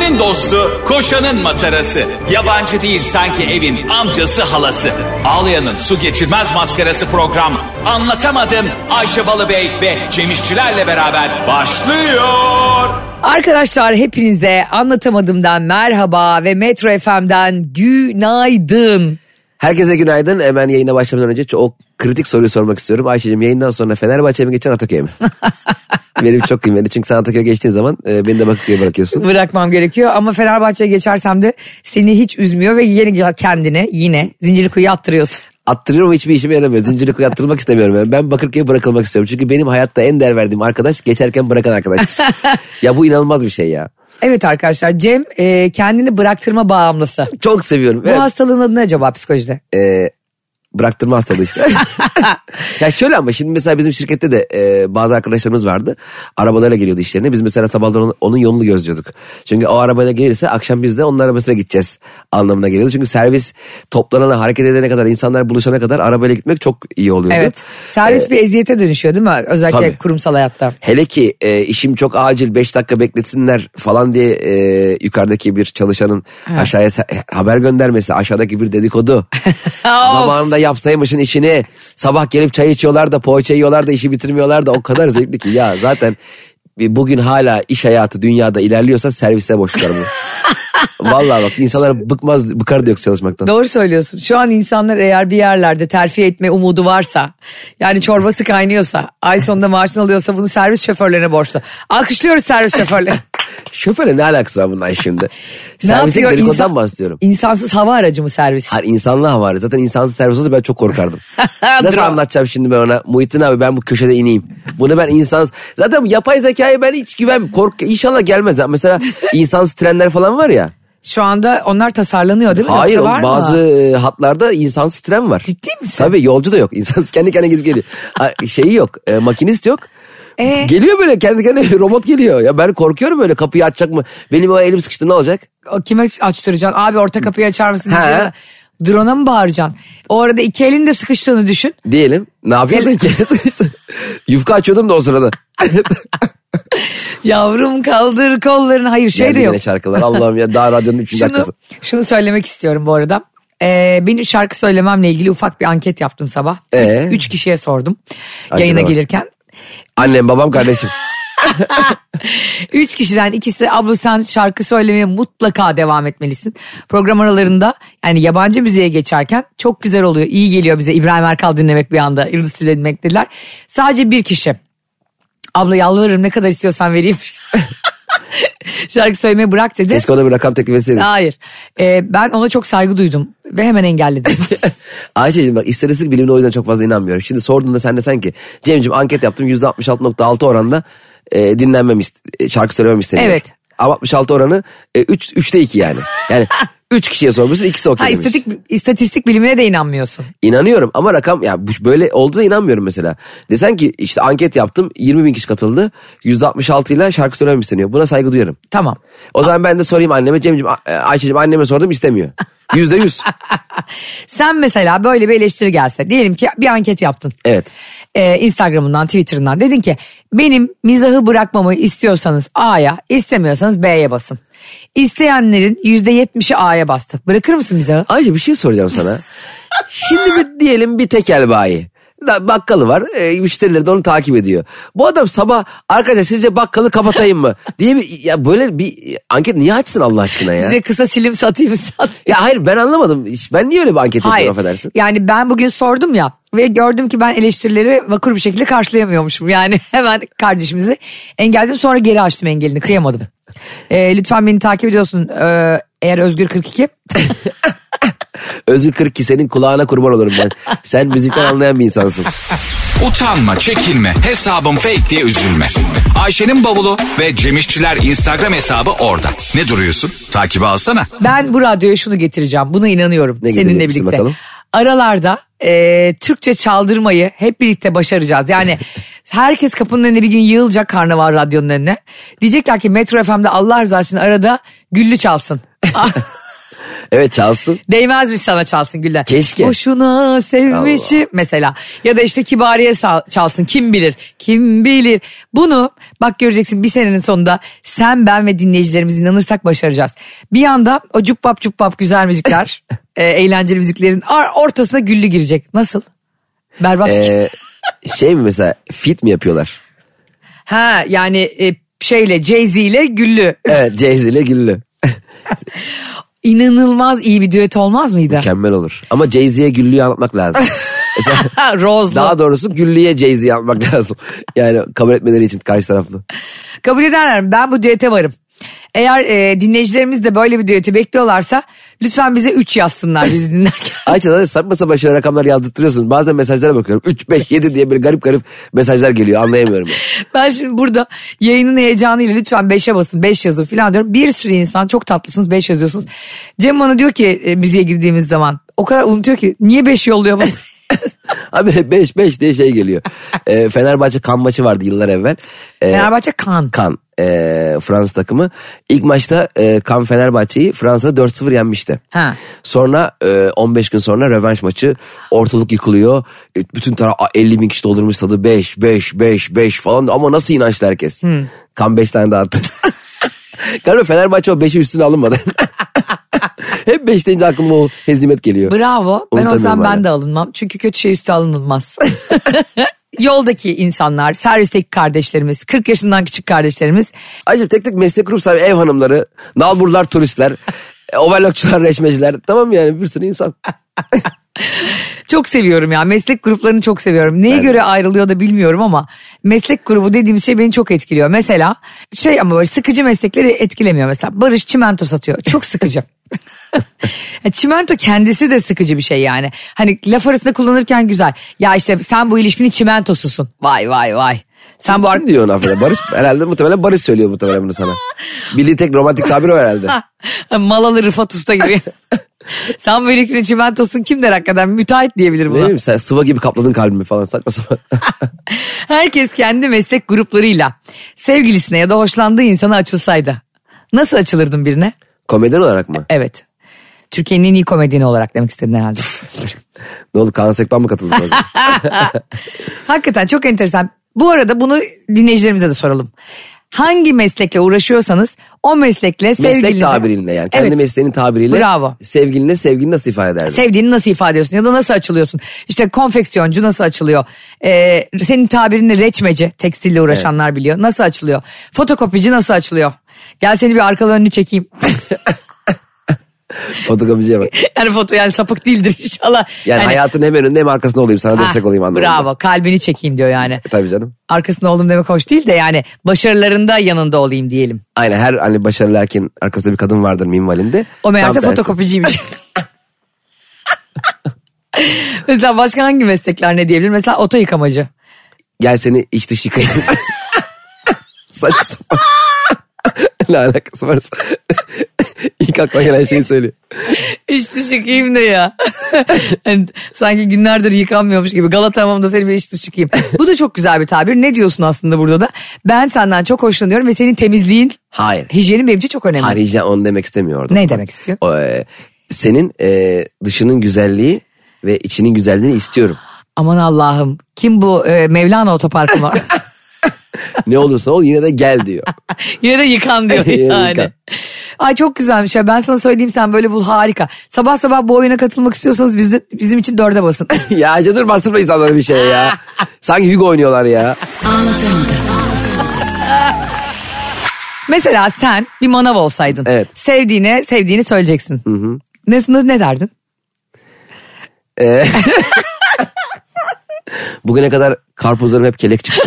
Ayşe'nin dostu, koşanın matarası. Yabancı değil sanki evin amcası halası. Ağlayan'ın su geçirmez maskarası program. Anlatamadım Ayşe Balıbey ve Cemişçilerle beraber başlıyor. Arkadaşlar hepinize Anlatamadım'dan merhaba ve Metro FM'den günaydın. Herkese günaydın. Hemen yayına başlamadan önce çok kritik soruyu sormak istiyorum. Ayşe'cim, yayından sonra Fenerbahçe'ye mi geçeceksin, Ataköy'e mi? Benim çok kıymetli, çünkü sen Ataköy'e geçtiğin zaman beni de Bakırköy'e bırakıyorsun. Bırakmam gerekiyor ama Fenerbahçe'ye geçersem de seni hiç üzmüyor ve kendine yine Zincirlikuyu'ya attırıyorsun. Attırıyorum ama hiçbir işime yaramıyor. Zincirlikuyu'ya attırılmak istemiyorum. Yani. Ben Bakırköy'e bırakılmak istiyorum. Çünkü benim hayatta en değer verdiğim arkadaş geçerken bırakan arkadaş. Ya bu inanılmaz bir şey ya. Evet arkadaşlar, Cem kendini bıraktırma bağımlısı. Çok seviyorum. Bu hastalığın adı ne acaba psikolojide? Bıraktırma hastalığı işte. Ya şöyle, ama şimdi mesela bizim şirkette de bazı arkadaşlarımız vardı. Arabalarla geliyordu işlerine. Biz mesela sabahları onun yolunu gözlüyorduk. Çünkü o arabayla gelirse akşam biz de onun arabasına gideceğiz anlamına geliyordu. Çünkü servis toplanana, hareket edene kadar, insanlar buluşana kadar arabayla gitmek çok iyi oluyordu. Evet. Servis bir eziyete dönüşüyor değil mi? Özellikle tabii. Kurumsal hayatta. Hele ki işim çok acil, 5 dakika bekletsinler falan diye yukarıdaki bir çalışanın aşağıya haber göndermesi, aşağıdaki bir dedikodu. Zamanında yapsaymışın işini, sabah gelip çay içiyorlar da, poğaça yiyorlar da, işi bitirmiyorlar da, o kadar zevkli ki. Ya zaten bugün hala iş hayatı dünyada ilerliyorsa servise boşlarım. Vallahi bak, insanlar bıkar diyor çalışmaktan. Doğru söylüyorsun. Şu an insanlar eğer bir yerlerde terfi etme umudu varsa, yani çorbası kaynıyorsa, ay sonunda maaşını alıyorsa, bunu servis şoförlerine borçlu. Alkışlıyoruz servis şoförleri. Şoförle ne alakası var bundan şimdi? Servise dedikodudan bahsediyorum. İnsansız hava aracı mı servis? Hayır, insanlı hava aracı. Zaten insansız servis olsa ben çok korkardım. Nasıl anlatacağım şimdi ben ona? Muhittin abi, ben bu köşede ineyim. Bunu ben insansız... Zaten yapay zekaya ben hiç İnşallah gelmez. Mesela insansız trenler falan var ya. Şu anda onlar tasarlanıyor değil mi? Hayır, bazı hatlarda insansız tren var. Ciddi misin? Tabii, yolcu da yok. İnsansız kendi kendine gidip geliyor. Şeyi yok, makinist yok. Geliyor böyle kendi kendine, robot geliyor. Ya ben korkuyorum, böyle kapıyı açacak mı? Benim o elim sıkıştı, ne olacak? Kime açtıracaksın? Abi orta kapıyı açar mısın diyeceksin. Drone'a mı bağıracaksın? O arada iki elin de sıkıştığını düşün. Diyelim. Ne yapıyorsun iki elin sıkıştı? Yufka açıyordum da o sırada. Yavrum kaldır kollarını. Hayır, şey de yok. Şarkılar, Allah'ım ya, daha radyonun 3. dakikası. Şunu söylemek istiyorum bu arada. Benim şarkı söylememle ilgili ufak bir anket yaptım sabah. 3 kişiye sordum yayına gelirken. Annem, babam, kardeşim. 3 kişiden ikisi, abla sen şarkı söylemeye mutlaka devam etmelisin. Program aralarında, yani yabancı müziğe geçerken çok güzel oluyor. İyi geliyor bize İbrahim Erkal dinlemek, bir anda Yıldız Tilbe dinlemek dediler. Sadece bir kişi, abla yalvarırım ne kadar istiyorsan vereyim. Şarkı söylemeyi bırak dedi. Keşke ona bir rakam teklif etseydin. Hayır. Ben ona çok saygı duydum ve hemen engelledim. Ayşe'cim bak, istatistik bilimine o yüzden çok fazla inanmıyorum. Şimdi sorduğunda sen de sanki, Cem'ciğim anket yaptım, %66.6 oranda şarkı söylemem isteniyor. Evet. Ama 66 oranı 3'te 2 yani. Yani 3 kişiye sormuşsun, ikisi okey demiş. İstatistik bilimine de inanmıyorsun. İnanıyorum ama rakam, ya böyle olduğuna inanmıyorum mesela. Desen ki işte anket yaptım, 20.000 kişi katıldı, %66 ile şarkı söylemem isteniyor. Buna saygı duyarım. Tamam. O zaman ben de sorayım anneme, Cem'ciğim, Ayşe'cim anneme sordum, istemiyor. %100. Sen mesela böyle bir eleştiri gelse, diyelim ki bir anket yaptın. Evet. Instagram'ından, Twitter'ından dedin ki benim mizahı bırakmamı istiyorsanız A'ya, istemiyorsanız B'ye basın. İsteyenlerin %70'i A'ya bastı. Bırakır mısın mizahı? Ayşe, bir şey soracağım sana. Şimdi diyelim bir tekel bayi. Bakkalı var, müşterileri de onu takip ediyor. Bu adam sabah, arkadaşlar sizce bakkalı kapatayım mı diye ya böyle bir anket niye açsın Allah aşkına ya? Size kısa silim satayım. Ya hayır, ben anlamadım. Ben niye öyle bir anket yapıyorum, affedersin? Yani ben bugün sordum ya ve gördüm ki ben eleştirileri vakur bir şekilde karşılayamıyormuşum. Yani hemen kardeşimizi engelledim, sonra geri açtım engelini, kıyamadım. Lütfen beni takip ediyorsun eğer Özgür 42. Özgür 42, senin kulağına kurban olurum ben. Sen müzikten anlayan bir insansın. Utanma, çekinme, hesabım fake diye üzülme. Ayşe'nin bavulu ve Cemişçiler Instagram hesabı orada. Ne duruyorsun? Takibi alsana. Ben bu radyoya şunu getireceğim. Buna inanıyorum seninle birlikte. Bakalım. Aralarda Türkçe çaldırmayı hep birlikte başaracağız. Yani herkes kapının önüne bir gün yığılacak, Karnaval Radyo'nun önüne. Diyecekler ki Metro FM'de Allah rızası için arada Güllü çalsın. Evet, çalsın. Değmezmiş sana çalsın Gülden. Keşke. Boşuna sevmişim Allah. mesela. Ya da işte Kibariye çalsın, kim bilir. Kim bilir. Bunu bak göreceksin, bir senenin sonunda sen, ben ve dinleyicilerimiz inanırsak başaracağız. Bir yanda o cupbap cupbap güzel müzikler, eğlenceli müziklerin ortasına Güllü girecek. Nasıl? Berbat. Şey mi mesela, fit mi yapıyorlar? Ha yani şeyle, Jay-Z ile Güllü. Evet, Jay-Z ile Güllü. İnanılmaz iyi bir düet olmaz mıydı? Mükemmel olur. Ama Jay-Z'ye Güllü'yü anlatmak lazım. Mesela, Rose'lu. daha doğrusu Güllü'ye Jay-Z'yi anlatmak lazım. Yani kabul etmeleri için karşı taraflı. Kabul ederler, ben bu düete varım. Eğer dinleyicilerimiz de böyle bir düeti bekliyorlarsa lütfen bize 3 yazsınlar bizi dinlerken. Ayça saçma sapan şöyle rakamlar yazdırtıyorsun. Bazen mesajlara bakıyorum. 3, 5, 7 diye böyle garip garip mesajlar geliyor. Anlayamıyorum. Ben şimdi burada yayının heyecanıyla lütfen 5'e basın, 5 yazın falan diyorum. Bir sürü insan, çok tatlısınız, 5 yazıyorsunuz. Cem bana diyor ki müziğe girdiğimiz zaman, o kadar unutuyor ki niye 5 yolluyor bana? Abi 5 diye şey geliyor. Fenerbahçe Kan maçı vardı yıllar evvel. Fenerbahçe Kan. Fransız takımı. İlk maçta Kan Fenerbahçe'yi Fransa'da 4-0 yenmişti. Ha. Sonra 15 gün sonra rövanş maçı, ortalık yıkılıyor. Bütün taraf 50 bin kişi doldurmuş stadı, 5 falan, ama nasıl inançlı herkes. Kan 5 tane daha attı. Galiba Fenerbahçe o 5'i üstüne alınmadı. Hep 5 deyince aklıma o hezimet geliyor. Bravo. Ben olsam ben de alınmam. Çünkü kötü şey üstü alınılmaz. Yoldaki insanlar, servisteki kardeşlerimiz, 40 yaşından küçük kardeşlerimiz. Ayrıca tek tek meslek grup sahibi, ev hanımları, nalburlar, turistler, overlockçular, reşmeciler. Tamam mı yani, bir sürü insan. Çok seviyorum ya, meslek gruplarını çok seviyorum. Neye göre ayrılıyor da bilmiyorum ama meslek grubu dediğimiz şey beni çok etkiliyor. Mesela ama böyle sıkıcı meslekleri etkilemiyor. Mesela Barış çimento satıyor, çok sıkıcı. Çimento kendisi de sıkıcı bir şey yani. Hani laf arasında kullanırken güzel. Ya işte sen bu ilişkinin çimentosusun. Vay. Sen Kim diyor onu affeder? Barış herhalde, muhtemelen Barış söylüyor muhtemelen bunu sana. Bildiği tek romantik tabir o herhalde. Malalı Rıfat Usta gibi. Sen bu ilişkinin çimentosun kim der hakikaten? Müteahhit diyebilir buna. Ne bileyim, sen sıva gibi kapladın kalbimi falan, saçma sapan. Herkes kendi meslek gruplarıyla sevgilisine ya da hoşlandığı insana açılsaydı nasıl açılırdın birine? Komedyen olarak mı? Evet. Türkiye'nin en iyi komedyeni olarak demek istedin herhalde. Ne oldu, Kaan Sekban mı katıldı? Hakikaten çok enteresan. Bu arada bunu dinleyicilerimize de soralım. Hangi meslekle uğraşıyorsanız o meslekle sevgilinize... Meslek tabiriyle yani. Kendi mesleğinin tabiriyle. Bravo. Sevgilini nasıl ifade ederdin? Sevdiğini nasıl ifade ediyorsun ya da nasıl açılıyorsun? İşte konfeksiyoncu nasıl açılıyor? Senin tabirinle reçmeci, tekstille uğraşanlar biliyor. Nasıl açılıyor? Fotokopici nasıl açılıyor? Gel seni bir arkalı önünü çekeyim. Fotokopiciye bak. Yani sapık değildir inşallah. Yani hayatın hem önünde hem arkasında olayım, sana destek olayım anlamında. Bravo, kalbini çekeyim diyor yani. Tabii canım. Arkasında oldum demek hoş değil de yani başarılarında yanında olayım diyelim. Aynen, her hani başarılı erkeğin arkasında bir kadın vardır minvalinde. O meğerse fotokopiciymiş. Mesela başka hangi meslekler ne diyebilir? Mesela oto yıkamacı. Gel seni iç dış yıkayayım. Saçma sapan. Ne alakası varsa. İlk aklıma gelen şeyi söylüyor. İç dış yıkayayım da ya. Yani sanki günlerdir yıkanmıyormuş gibi. Galata Hamam'da seni bir iç dış yıkayayım. Bu da çok güzel bir tabir. Ne diyorsun aslında burada da? Ben senden çok hoşlanıyorum ve senin temizliğin, hayır, hijyenin benim için çok önemli. Hayır, hijyen onu demek istemiyordum. Ne demek istiyor? Senin dışının güzelliği ve içinin güzelliğini istiyorum. Aman Allah'ım, kim bu Mevlana Otoparkı mı? Ne olursa ol yine de gel diyor. Yine de yıkan diyor yani. Yıkan. Ay çok güzelmiş ya, ben sana söyleyeyim, sen böyle bul, harika. Sabah sabah bu oyuna katılmak istiyorsanız bizim için 4'e basın. Ya dur, bastırma insanlara bir şey ya. Sanki Hugo oynuyorlar ya. Mesela sen bir manav olsaydın. Evet. Sevdiğini söyleyeceksin. Hı. Ne derdin? Bugüne kadar karpuzlarım hep kelek çıktı.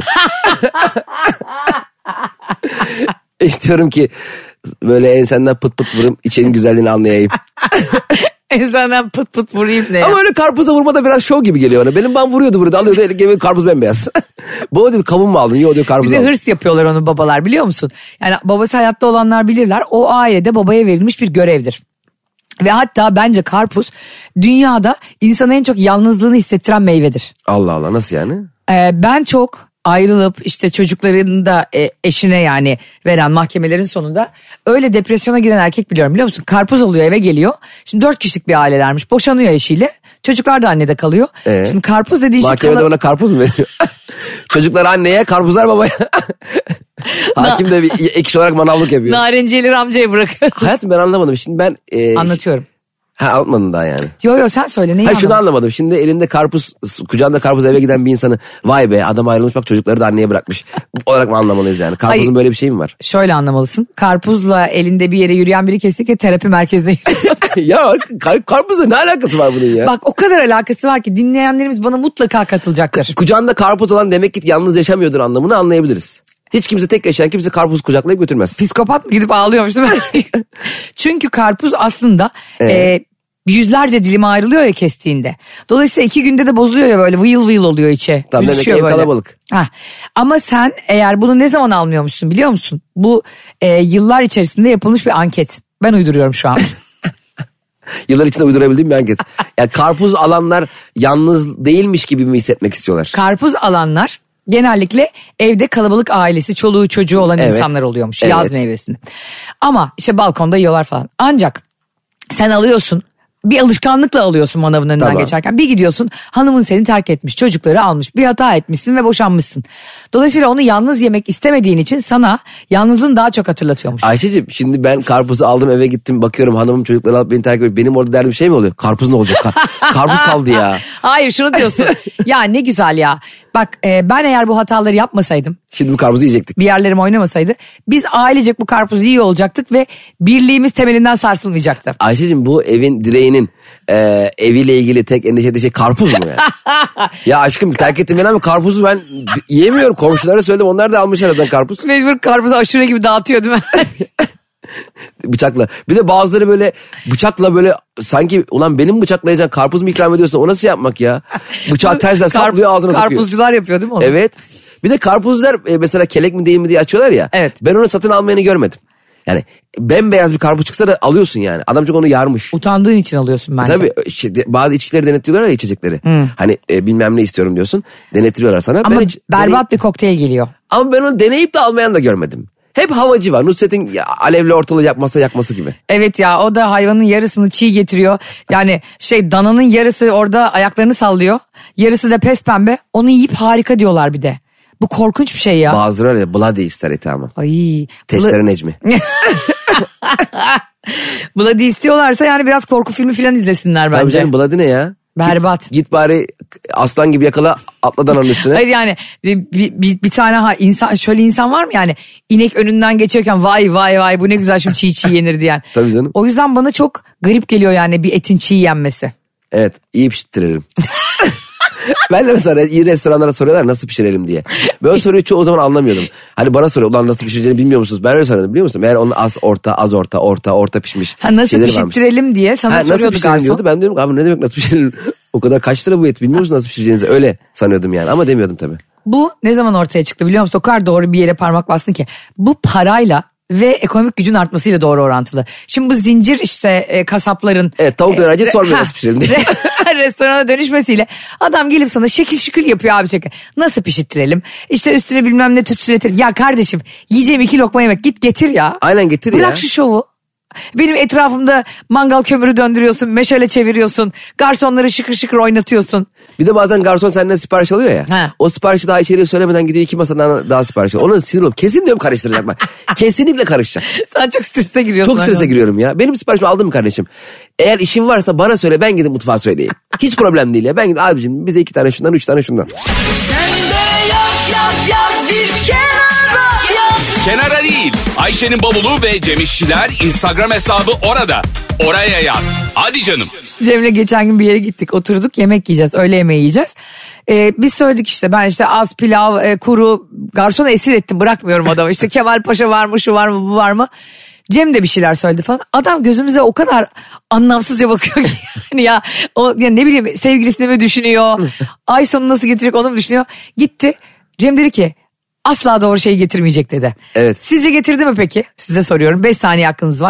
İstiyorum ki böyle ensenden pıt pıt vurayım, içinin güzelliğini anlayayım. Ensenden pıt pıt vurayım ne ya? Ama öyle karpuza vurma da biraz şov gibi geliyor ona. Benim babam vuruyordu burada, alıyordu eline, karpuz bembeyaz. Baba diyor, kavun mu aldın? Yok diyor, karpuz aldım. Bir de aldım. hırs yapıyorlar onu babalar, biliyor musun? Yani babası hayatta olanlar bilirler. O ailede babaya verilmiş bir görevdir. Ve hatta bence karpuz dünyada insana en çok yalnızlığını hissettiren meyvedir. Allah Allah, nasıl yani? Ben çok ayrılıp işte çocuklarını da eşine yani veren mahkemelerin sonunda öyle depresyona giren erkek biliyorum, biliyor musun? Karpuz oluyor, eve geliyor. Şimdi 4 kişilik bir ailelermiş. Boşanıyor eşiyle. Çocuklar da annede kalıyor. Şimdi karpuz dediği şey... Mahkemede ona karpuz mu veriyor? Çocuklar anneye, karpuzlar babaya. Hakim de bir ek iş olarak manavlık yapıyor. Narenciyeleri amcaya bırakıyor. Hayatım ben anlamadım. Şimdi ben... Anlatıyorum. Ha, anlatmadın daha yani. Yo sen söyle, neyi Hayır, şunu anlamadım. Şimdi elinde karpuz, kucağında karpuz eve giden bir insanı vay be adam ayrılmış bak çocukları da anneye bırakmış olarak mı anlamalıyız yani? Karpuzun Hayır, böyle bir şey mi var? Şöyle anlamalısın. Karpuzla elinde bir yere yürüyen biri kesinlikle terapi merkezine yürüyor. Ya karpuzla ne alakası var bunun ya? Bak o kadar alakası var ki dinleyenlerimiz bana mutlaka katılacaktır. Kucağında karpuz olan demek ki yalnız yaşamıyordur anlamını anlayabiliriz. Hiç kimse tek yaşayan kimse karpuz kucaklayıp götürmez. Psikopat mı gidip ağlıyormuş değil mi? Çünkü karpuz aslında... yüzlerce dilime ayrılıyor ya kestiğinde. Dolayısıyla 2 günde de bozuluyor ya, böyle vıyıl vıyıl oluyor içi. Tamam, demek ki ev kalabalık. Ama sen eğer bunu ne zaman almıyormuşsun biliyor musun? Bu yıllar içerisinde yapılmış bir anket. Ben uyduruyorum şu an. Yıllar içinde uydurabildiğim bir anket. Yani karpuz alanlar yalnız değilmiş gibi mi hissetmek istiyorlar? Karpuz alanlar genellikle evde kalabalık ailesi, çoluğu çocuğu olan insanlar oluyormuş yaz meyvesini. Ama işte balkonda yiyorlar falan. Ancak sen alıyorsun, bir alışkanlıkla alıyorsun manavın önünden geçerken. Bir gidiyorsun, hanımın seni terk etmiş, çocukları almış, bir hata etmişsin ve boşanmışsın. Dolayısıyla onu yalnız yemek istemediğin için sana yalnızlığın daha çok hatırlatıyormuş. Ayşeciğim şimdi ben karpuzu aldım eve gittim bakıyorum hanımım çocukları alıp beni terk ediyor. Benim orada derdim şey mi oluyor? Karpuz ne olacak? Karpuz kaldı ya. Hayır, şunu diyorsun. Ya ne güzel ya. Bak ben eğer bu hataları yapmasaydım. Şimdi bu karpuzu yiyecektik. Bir yerlerim oynamasaydı. Biz ailecek bu karpuzu yiyor olacaktık ve birliğimiz temelinden sarsılmayacaktı. Ayşeciğim bu evin direğinin eviyle ilgili tek endişe ettiği şey karpuz mu yani? Ya aşkım terk ettim ben ama karpuzu ben yiyemiyorum. Komşulara söyledim onlar da almış aradan karpuz. Mecbur karpuzu aşure gibi dağıtıyor değil mi? Bıçakla. Bir de bazıları böyle bıçakla böyle sanki ulan benim bıçaklayacağın karpuz mu ikram ediyorsun? O nasıl yapmak ya? Bıçağı tersine saplıyor ağzına sokuyor. Karpuzcular yapıyor değil mi onu? Evet. Bir de karpuzlar mesela kelek mi değil mi diye açıyorlar ya. Evet. Ben onu satın almayanı görmedim. Yani bembeyaz bir karpuz çıksa da alıyorsun yani. Adamcık onu yarmış. Utandığın için alıyorsun bence. Tabii bazı içkileri denetliyorlar ya içecekleri. Hani bilmem ne istiyorum diyorsun. Denettiriyorlar sana. Ama berbat bir kokteyl geliyor. Ama ben onu deneyip de almayan da görmedim. Hep havacı var. Nusret'in alevli ortalığı yakması gibi. Evet ya, o da hayvanın yarısını çiğ getiriyor. Yani dananın yarısı orada ayaklarını sallıyor. Yarısı da pes pembe. Onu yiyip harika diyorlar bir de. Bu korkunç bir şey ya. Bazıları öyle bloody ister eti ama. Ay. Testere Necmi. Bloody istiyorlarsa yani biraz korku filmi falan izlesinler bence. Tabii canım bloody ne ya? Berbat. Git bari aslan gibi yakala atla dananın üstüne. Hayır yani bir tane insan, şöyle insan var mı yani inek önünden geçiyorken vay bu ne güzel şimdi çiğ yenir diyen. Tabii canım. O yüzden bana çok garip geliyor yani bir etin çiğ yenmesi. Evet, iyi pişiririm. Ben de mesela iyi restoranlara soruyorlar nasıl pişirelim diye. Ben o soruyu çoğu zaman anlamıyordum. Hani bana soruyor ulan nasıl pişireceğini bilmiyor musunuz? Ben öyle sanıyordum biliyor musun? Meğer onun az orta pişmiş. Nasıl pişirelim diye sana soruyordu garson. Diyordu. Ben diyorum abi ne demek nasıl pişirelim? O kadar kaç lira bu et bilmiyor musun nasıl pişireceğinizi? Öyle sanıyordum yani ama demiyordum tabii. Bu ne zaman ortaya çıktı biliyor musun? O kadar doğru bir yere parmak bastın ki. Bu parayla ve ekonomik gücün artmasıyla doğru orantılı. Şimdi bu zincir kasapların... Evet, tavuk dönerci sormuyor nasıl pişirelim diye. Restorana dönüşmesiyle adam gelip sana şekil şükül yapıyor abi şekil. Nasıl pişirtirelim? İşte üstüne bilmem ne tütsületelim. Ya kardeşim yiyeceğim 2 lokma yemek git getir ya. Aynen getir Bırak ya. Bırak şu şovu. Benim etrafımda mangal kömürü döndürüyorsun, meşale çeviriyorsun, garsonları şıkır şıkır oynatıyorsun. Bir de bazen garson senden sipariş alıyor ya. Ha. O siparişi daha içeriye söylemeden gidiyor 2 masadan daha sipariş alıyor. Onun sinir olup kesin diyorum karıştıracak bak. Kesinlikle karışacak. Sen çok strese giriyorsun. Çok strese giriyorum ya. Benim siparişimi aldın mı kardeşim? Eğer işin varsa bana söyle ben gidip mutfağa söyleyeyim. Hiç problem değil ya. Ben gidip abicim bize 2 tane şundan 3 tane şundan. Sen de yaz bir kenara yaz. Kenara değil. Ayşe'nin bavulu ve Cem İşçiler Instagram hesabı orada. Oraya yaz. Hadi canım. Cem'le geçen gün bir yere gittik, oturduk, yemek yiyeceğiz, öğle yemeği yiyeceğiz. Biz söyledik işte, ben işte az pilav, kuru, garsona esir ettim, bırakmıyorum adamı. İşte Kemal Paşa var mı, şu var mı, bu var mı? Cem de bir şeyler söyledi falan. Adam gözümüze o kadar anlamsızca bakıyor ki yani ya ne bileyim sevgilisini mi düşünüyor? Ay sonu nasıl getirecek onu mu düşünüyor? Gitti. Cem dedi ki asla doğru şeyi getirmeyecek dedi. Evet. Sizce getirdi mi peki? Size soruyorum. 5 saniye hakkınız var.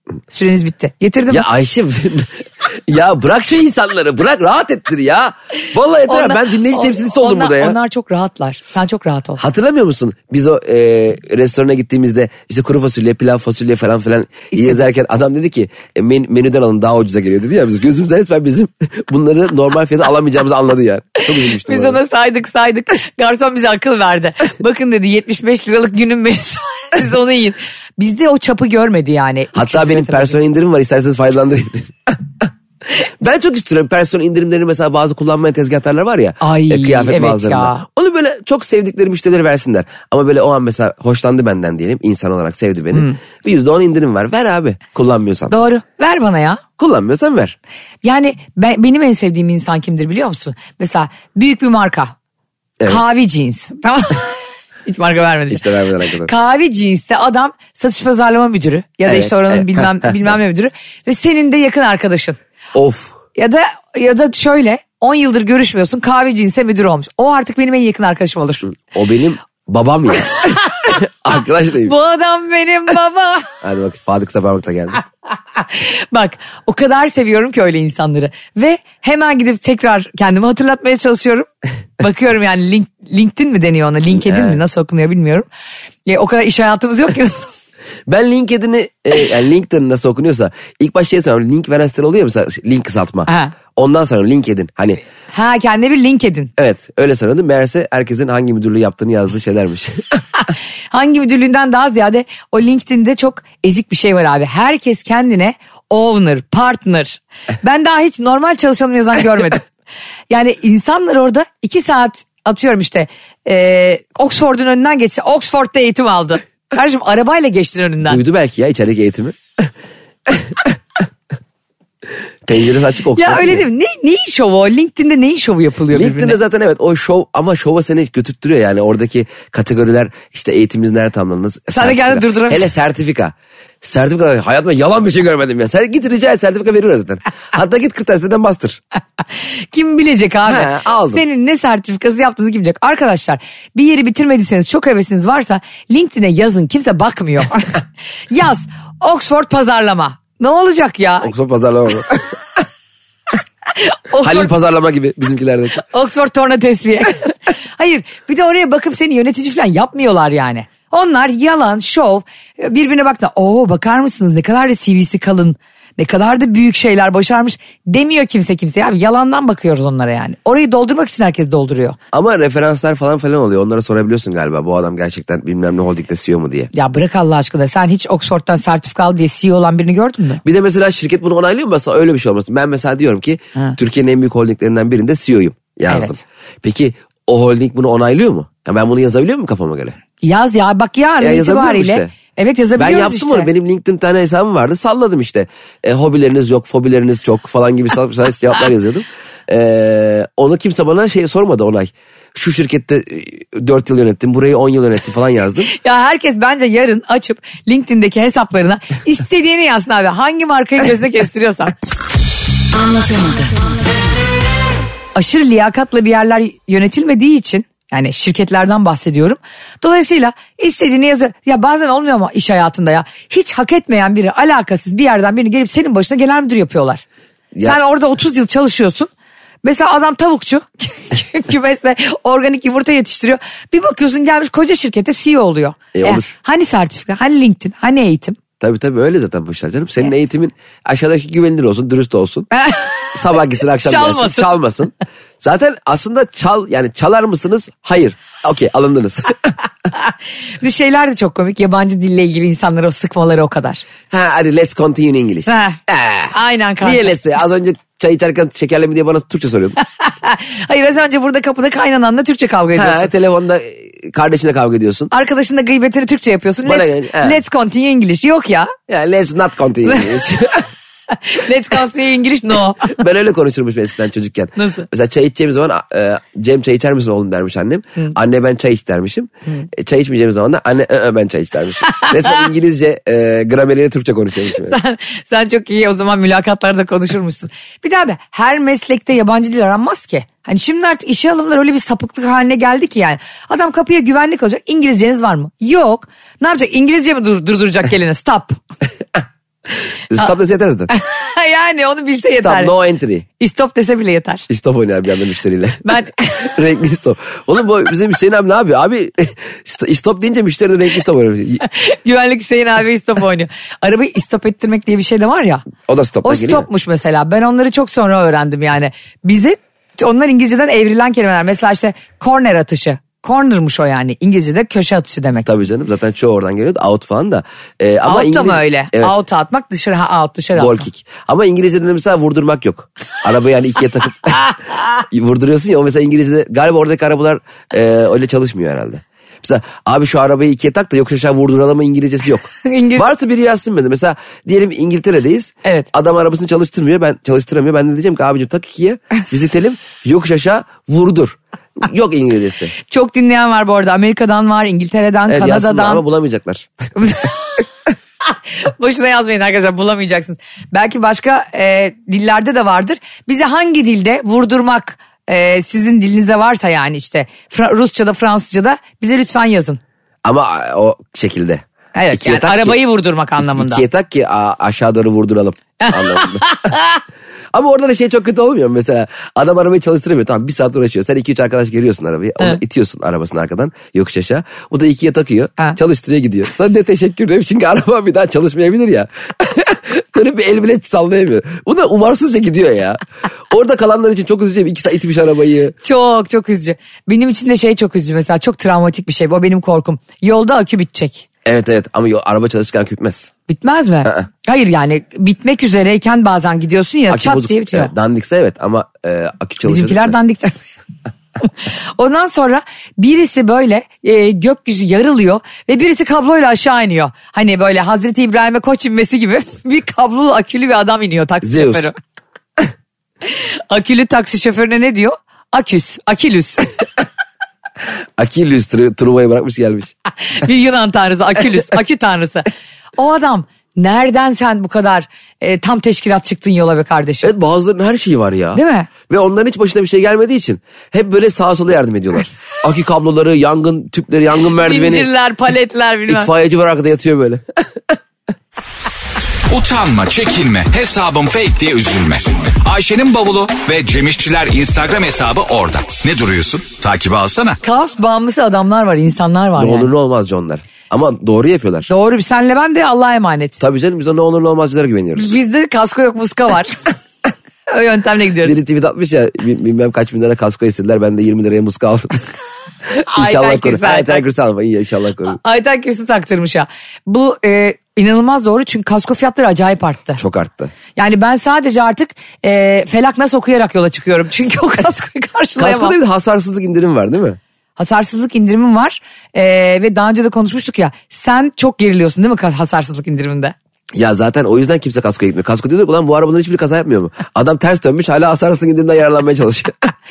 Süreniz bitti. Getirdim. Ya Ayşe ya bırak şu insanları, bırak, rahat ettir ya. Vallahi yeter, ben dinleyici temsilcisi oldum burada ya. Onlar çok rahatlar. Sen çok rahat ol. Hatırlamıyor musun? Biz o restorana gittiğimizde işte kuru fasulye, pilav fasulye falan yazarken adam dedi ki menüden alın daha ucuza geliyor dedi ya. Biz gözümüzden resmen bizim bunları normal fiyata alamayacağımızı anladı yani. Çok üzülmüştüm. Biz ona saydık. Garson bize akıl verdi. Bakın dedi 75 liralık günün menüsü var. Siz onu yiyin. Bizde o çapı görmedi yani. Hatta benim personel indirim var, isterseniz faydalandırayım. Ben çok istiyorum personel indirimlerini, mesela bazı kullanmayan tezgahtarlar var ya. Ay, kıyafet evet mağazalarında. ya. Onu böyle çok sevdikleri müşterileri versinler. Ama böyle o an mesela hoşlandı benden diyelim. İnsan olarak sevdi beni. Bir %10 indirim var. Ver abi, kullanmıyorsan. Doğru. Ver bana ya. Kullanmıyorsan ver. Yani benim en sevdiğim insan kimdir biliyor musun? Mesela büyük bir marka. Evet. Kahve jeans. Tamam. Hiç marka vermedi. İşte vermeden kadar. Kahve jeans'te adam satış pazarlama müdürü ya da Evet, işte oranın evet. bilmem ne müdürü ve senin de yakın arkadaşın. Of. Ya da şöyle 10 yıldır görüşmüyorsun, kahve jeans'e müdür olmuş. O artık benim en yakın arkadaşım olur. O benim babam ya. Arkadaş değil. Bu adam benim baba. Hadi bak, Fadık Saparmak da geldi. Bak o kadar seviyorum ki öyle insanları. Ve hemen gidip tekrar kendimi hatırlatmaya çalışıyorum. Bakıyorum yani LinkedIn mi deniyor ona? LinkedIn mi, nasıl okunuyor bilmiyorum. O kadar iş hayatımız yok ki. Ben LinkedIn'i yani LinkedIn nasıl okunuyorsa ilk başta şey sanıyorum, link veren siteler oluyor ya mesela, link kısaltma. Ha. Ondan sonra LinkedIn hani. Ha, kendine bir LinkedIn. Evet, öyle sanıyordum. Meğerse herkesin hangi müdürlüğü yaptığını yazdığı şeylermiş. Hangi müdürlüğünden daha ziyade o LinkedIn'de çok ezik bir şey var abi. Herkes kendine owner, partner. Ben daha hiç normal çalışanım yazan görmedim. Yani insanlar orada 2 saat atıyorum işte Oxford'un önünden geçse Oxford'da eğitim aldı. Kardeşim arabayla geçtin önünden. Duydu belki ya içerideki eğitimi. Penceresi açık Oxford. Ya öyle değil mi? Neyin şovu o? LinkedIn'de neyin şovu yapılıyor LinkedIn'de birbirine? zaten evet o şov, ama şova seni götürttürüyor yani, oradaki kategoriler işte eğitiminiz nerede tamamladınız. Sen de kendini durduramıyorsun. Hele sertifika. Sertifika, hayatımda yalan bir şey görmedim ya. Sen git rica et, sertifika veriyorlar zaten. Hatta git kırtasiyeden bastır. Kim bilecek abi? He, aldım. Senin ne sertifikası yaptığını kim bilecek? Arkadaşlar bir yeri bitirmediyseniz, çok hevesiniz varsa LinkedIn'e yazın, kimse bakmıyor. Yaz Oxford pazarlama. Ne olacak ya? Oxford pazarlama mı? Halil Oxford, pazarlama gibi bizimkilerdeki. Oxford torna tesviye. Hayır, bir de oraya bakıp seni yönetici falan yapmıyorlar yani. Onlar yalan, şov, birbirine bak da bakar mısınız ne kadar da CV'si kalın, ne kadar da büyük şeyler başarmış demiyor kimse abi, yalandan bakıyoruz onlara yani. Orayı doldurmak için herkes dolduruyor. Ama referanslar falan oluyor, onlara sorabiliyorsun galiba, bu adam gerçekten bilmem ne holdingde CEO mu diye. Ya bırak Allah aşkına, sen hiç Oxford'dan sertifika al diye CEO olan birini gördün mü? Bir de mesela şirket bunu onaylıyor mu? Mesela öyle bir şey olmasın. Ben mesela diyorum ki Türkiye'nin en büyük holdinglerinden birinde CEO'yum, yazdım. Evet. Peki o holding bunu onaylıyor mu? Ya ben bunu yazabiliyor muyum kafama göre? Yaz ya, bak yarın Ya yazabiliyorum itibariyle. işte. Evet, Ben yazabiliyoruz yaptım işte. onu. Benim LinkedIn tane hesabım vardı. Salladım işte. Hobileriniz yok, fobileriniz çok falan gibi cevaplar yazıyordum. Onu kimse bana sormadı, onay. Şu şirkette 4 yıl yönettim, burayı 10 yıl yönettim falan yazdım. Ya herkes bence yarın açıp LinkedIn'deki hesaplarına istediğini yazsın abi. Hangi markayı gözüne kestiriyorsan. Anlatamadım. Aşırı liyakatla bir yerler yönetilmediği için, yani şirketlerden bahsediyorum. Dolayısıyla istediğini yazıyor. Ya bazen olmuyor ama iş hayatında ya. Hiç hak etmeyen biri, alakasız bir yerden birini gelip senin başına genel müdür yapıyorlar. Ya. Sen orada 30 yıl çalışıyorsun. Mesela adam tavukçu. Kümesle organik yumurta yetiştiriyor. Bir bakıyorsun gelmiş koca şirkette CEO oluyor. Olur. Hani sertifika, hani LinkedIn, hani eğitim? Tabii öyle zaten bu işler canım. Senin eğitimin aşağıdaki güvenilir olsun, dürüst olsun. Sabah gitsin, akşam Çalmasın. gelsin, çalmasın. Zaten aslında çalar mısınız? Hayır. Okey, alındınız. Bir şeyler de çok komik. Yabancı dille ilgili insanlara o sıkmaları o kadar. Hadi let's continue in English. Aynen kanka. Niye let's? Az önce çay içerken şekerli mi diye bana Türkçe soruyordun. Hayır, az önce burada kapıda kaynananla Türkçe kavga ediyorsun. Telefonda kardeşinle kavga ediyorsun. Arkadaşınla gıybetini Türkçe yapıyorsun. Let's continue English. Yok ya. Let's not continue in English. Let's continue English no. Ben öyle konuşurmuş eskiden çocukken. Nasıl? Mesela çay içeceğimiz zaman Cem çay içer misin oğlum dermiş annem. Anne ben çay iç dermişim. Çay içmeyeceğimiz zaman da anne ben çay iç dermişim. Resmen İngilizce grameriyle Türkçe konuşuyormuşum. Sen çok iyi o zaman mülakatlarda konuşurmuşsun. Bir de abi her meslekte yabancı dil aranmaz ki. Hani şimdi artık işe alımlar öyle bir sapıklık haline geldi ki yani. Adam kapıya güvenlik alacak. İngilizceniz var mı? Yok. Ne yapacak? İngilizce mi durduracak gelene? Stop. Stop dese yeter zaten. Yani onu bilse yeter. Stop, no entry. Stop dese bile yeter. Stop oynuyor bir anda müşteriyle. Ben Renkli stop. Oğlum bu bizim Hüseyin abi ne yapıyor? Abi stop deyince müşteri de renkli stop oynuyor. güvenlik Hüseyin abi stop oynuyor. Arabayı stop ettirmek diye bir şey de var ya. O da stopla O geliyor. stopmuş mesela. Ben onları çok sonra öğrendim yani. Bize onlar İngilizceden evrilen kelimeler. Mesela işte corner atışı. Corner'mış o yani. İngilizce'de köşe atışı demek. Tabii canım zaten çoğu oradan geliyordu. Out falan da. Ama Out da mı öyle? Evet. Out atmak dışarı, out dışarı Goal atmak. kick. Ama İngilizce'de mesela vurdurmak yok. Arabayı yani ikiye takıp vurduruyorsun ya. O mesela İngilizce'de galiba oradaki arabalar öyle çalışmıyor herhalde. Mesela abi şu arabayı ikiye tak da yokuş aşağı vurduralım İngilizcesi yok. Varsa biri yazsın mesela. Diyelim İngiltere'deyiz. Evet. Adam arabasını çalıştıramıyor. Ben de diyeceğim ki abicim tak ikiye biz itelim yokuş aşağı vurdur. Yok İngilizcesi. Çok dinleyen var bu arada. Amerika'dan var, İngiltere'den, Evet, yazsınlar Kanada'dan. ama bulamayacaklar. Boşuna yazmayın arkadaşlar, bulamayacaksınız. Belki başka dillerde de vardır. Bize hangi dilde vurdurmak sizin dilinizde varsa yani işte Rusça'da, Fransızca'da bize lütfen yazın. Ama o şekilde. Evet İkiye yani tak ki- arabayı vurdurmak anlamında. İkiye tak ki aşağı doğru vurduralım anlamında. Ama orada da şey çok kötü olmuyor mu? Mesela adam arabayı çalıştıramıyor. Tamam bir saat uğraşıyor. Sen 2-3 arkadaş geliyorsun arabayı. Onu Evet. itiyorsun arabasını arkadan yokuş aşağı. O da ikiye takıyor. Ha. Çalıştırıyor gidiyor. Sana ne teşekkür ederim. Çünkü araba bir daha çalışmayabilir ya. Dönüp bir el bile sallayamıyor. Bu da umarsızca gidiyor ya. Orada kalanlar için çok üzücü. 2 saat itmiş arabayı. Çok çok üzücü. Benim için de şey çok üzücü mesela, çok travmatik bir şey. O benim korkum. Yolda akü bitecek. Evet ama araba çalışırken bitmez. Bitmez mi? Hayır yani bitmek üzereyken bazen gidiyorsun ya, Akü çat bozuk. diye bitiyor. Evet, dandikse evet ama akü çalışır. Bizimkiler dandik. Ondan sonra birisi böyle gökyüzü yarılıyor ve birisi kabloyla aşağı iniyor. Hani böyle Hazreti İbrahim'e koç inmesi gibi bir kablolu akülü bir adam iniyor, taksi Zeus. şoförü. Akülü taksi şoförüne ne diyor? Akülüs. Akilius Truva'yı bırakmış gelmiş. Bir Yunan tanrısı Akülüs, akü tanrısı. O adam nereden sen bu kadar tam teşkilat çıktın yola be kardeşim? Evet bazılarının her şeyi var ya. Değil mi? Ve onların hiç başına bir şey gelmediği için hep böyle sağa sola yardım ediyorlar. Akü kabloları, yangın tüpleri, yangın merdiveni. Zincirler, paletler bilmem. İtfaiyeci var arkada yatıyor böyle. Utanma, çekinme, hesabım fake diye üzülme. Ayşe'nin bavulu ve Cemişçiler Instagram hesabı orada. Ne duruyorsun? Takibi alsana. Kaos bağımlısı adamlar var, insanlar var Ne yani. olur ne olmaz onlar. Ama doğru yapıyorlar. Doğru, senle ben de Allah'a emanet. Tabii canım biz o ne olur ne olmazcılara güveniyoruz. Bizde kasko yok, muska var. O yöntemle gidiyoruz. Biri tweet atmış ya bilmem kaç bin lira kasko istediler ben de 20 liraya muska aldım. İnşallah korur. Ayten Kürsal iyi inşallah korur. Ayten Kürsü taktırmış ya. Bu inanılmaz doğru çünkü kasko fiyatları acayip arttı. Çok arttı. Yani ben sadece artık Felak Nas okuyarak yola çıkıyorum. Çünkü o kaskoyu karşılayamam. Kaskoda bir hasarsızlık indirim var değil mi? Hasarsızlık indirimim var ve daha önce de konuşmuştuk ya, sen çok geriliyorsun değil mi hasarsızlık indiriminde? Ya zaten o yüzden kimse kaskoya gitmiyor. Kasko diyor ki ulan bu arabaların hiçbiri kaza yapmıyor mu? Adam ters dönmüş hala hasarsızlık indirimden yararlanmaya çalışıyor.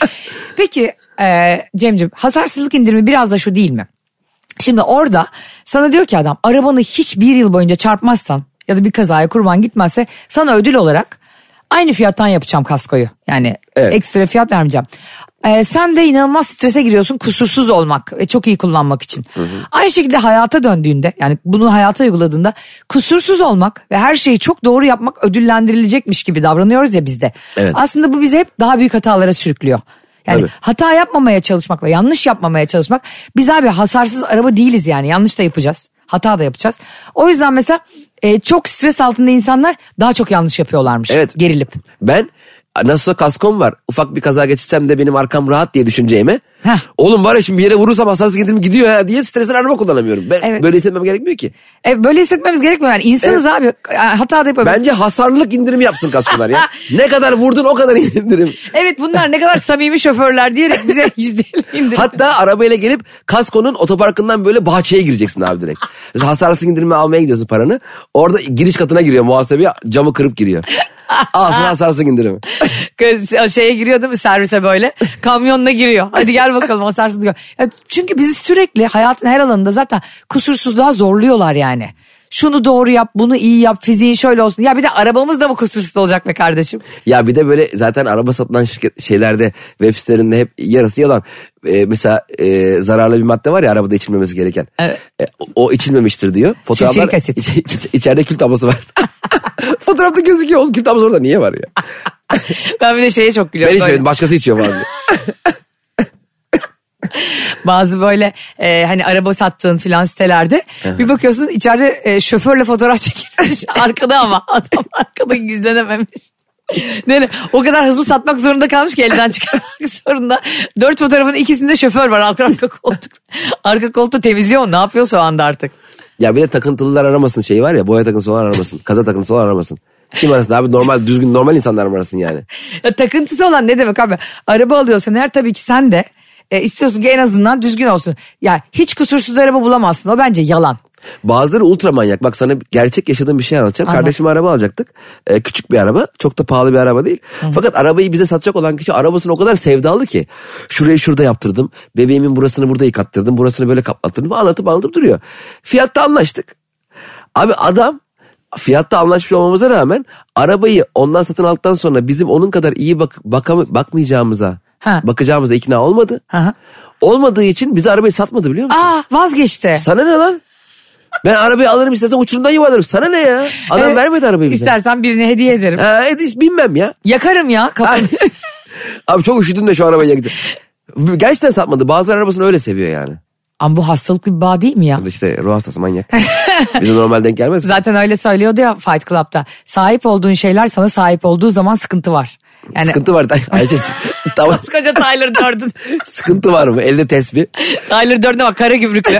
Peki Cem'ciğim, hasarsızlık indirimi biraz da şu değil mi? Şimdi orada sana diyor ki adam, arabanı hiç bir yıl boyunca çarpmazsan ya da bir kazaya kurban gitmezse sana ödül olarak aynı fiyattan yapacağım kaskoyu. Yani Evet. ekstra fiyat vermeyeceğim. Sen de inanılmaz strese giriyorsun kusursuz olmak ve çok iyi kullanmak için. Aynı şekilde hayata döndüğünde, yani bunu hayata uyguladığında kusursuz olmak ve her şeyi çok doğru yapmak ödüllendirilecekmiş gibi davranıyoruz ya bizde. Evet. Aslında bu bizi hep daha büyük hatalara sürüklüyor. Yani Tabii. hata yapmamaya çalışmak ve yanlış yapmamaya çalışmak. Biz abi hasarsız araba değiliz yani, yanlış da yapacağız. Hata da yapacağız. O yüzden mesela çok stres altında insanlar daha çok yanlış yapıyorlarmış. Evet. Gerilip. Ben nasılsa kaskom var. Ufak bir kaza geçirsem de benim arkam rahat diye düşüneceğime. Heh. Oğlum var ya şimdi bir yere vurursam hasarsız indirim gidiyor ha diye stresten araba kullanamıyorum. Ben Evet. böyle hissetmem gerekmiyor ki. Böyle hissetmemiz gerekmiyor yani. İnsanız abi. Yani hata da yapabiliriz. Bence hasarlılık indirimi yapsın kaskolar ya. Ne kadar vurdun o kadar indirim. Evet, bunlar ne kadar samimi şoförler diyerek bize %50 indirim. Hatta arabayla gelip kaskonun otoparkından böyle bahçeye gireceksin abi direkt. Mesela hasarsız indirimi almaya gidiyorsun paranı. Orada giriş katına giriyor muhasebeye, camı kırıp giriyor. Al sana hasarsız indirimi. Şeye giriyor değil mi, servise böyle. Kamyonla giriyor. Hadi gel bakalım hasarsız diyor. Ya çünkü bizi sürekli hayatın her alanında zaten kusursuzluğa zorluyorlar yani. Şunu doğru yap, bunu iyi yap, fiziğin şöyle olsun. Ya bir de arabamız da mı kusursuz olacak be kardeşim? Ya bir de böyle zaten araba satılan şeylerde, web sitelerinde hep yarısı yalan. Mesela zararlı bir madde var ya arabada içilmemesi gereken. Evet. O içilmemiştir diyor. Fotoğraflar Sülfürik asit. içeride kül tablası var. Fotoğrafta gözüküyor. Oğlum kitabımız orada niye var ya? Ben bir de şeye çok gülüyorum. Ben içmedim, başkası içiyor bazen. Bazı böyle hani araba sattığın filan sitelerde bir bakıyorsun içeride şoförle fotoğraf çekilmiş arkada ama adam arkada gizlenememiş. Yani o kadar hızlı satmak zorunda kalmış ki elden çıkarmak zorunda. 4 fotoğrafın ikisinde şoför var arka koltuk. Arka koltuğu temizliyor, ne yapıyorsa o anda artık. Ya bir de takıntılılar aramasın şeyi var ya, boya takıntısı olan aramasın. Kaza takıntısı olan aramasın. Kim arasın abi, normal düzgün normal insanlar mı arasın yani? Ya, takıntısı olan ne demek abi? Araba alıyorsan eğer tabii ki sen de istiyorsun ki en azından düzgün olsun. Ya hiç kusursuz araba bulamazsın, o bence yalan. Bazıları ultra manyak. Bak sana gerçek yaşadığım bir şey anlatacağım. Anlat. Kardeşime araba alacaktık. Küçük bir araba. Çok da pahalı bir araba değil. Fakat arabayı bize satacak olan kişi arabasını o kadar sevdalı ki. Şurayı şurada yaptırdım. Bebeğimin burasını burada yıkattırdım. Burasını böyle kaplattırdım. Anlatıp duruyor. Fiyatta anlaştık. Abi adam fiyatta anlaşmış olmamıza rağmen arabayı ondan satın aldıktan sonra bizim onun kadar iyi bakmayacağımıza, bakacağımıza ikna olmadı. Ha. Olmadığı için bize arabayı satmadı, biliyor musun? Vazgeçti. Sana ne lan? Ben arabayı alırım, istersen uçurumdan yuvarlarım. Sana ne ya? Adam vermedi arabayı bize. İstersen birine hediye ederim. Bilmem ya. Yakarım ya kapını. Abi çok üşüdüm de şu arabayı yakacağım. Gerçekten satmadı. Bazıları arabasını öyle seviyor yani. Ama bu hastalıklı bir bağ değil mi ya? İşte ruh hastası, manyak. Bize normal denk gelmez mi? Zaten öyle söylüyordu ya Fight Club'da. Sahip olduğun şeyler sana sahip olduğu zaman sıkıntı var. Yani... Sıkıntı var. Ayşe'cim. Tamam. Koskoca Tyler Durden. Sıkıntı var mı? Elde tesbih. Tyler Durden'e bak, kara gümrüklü.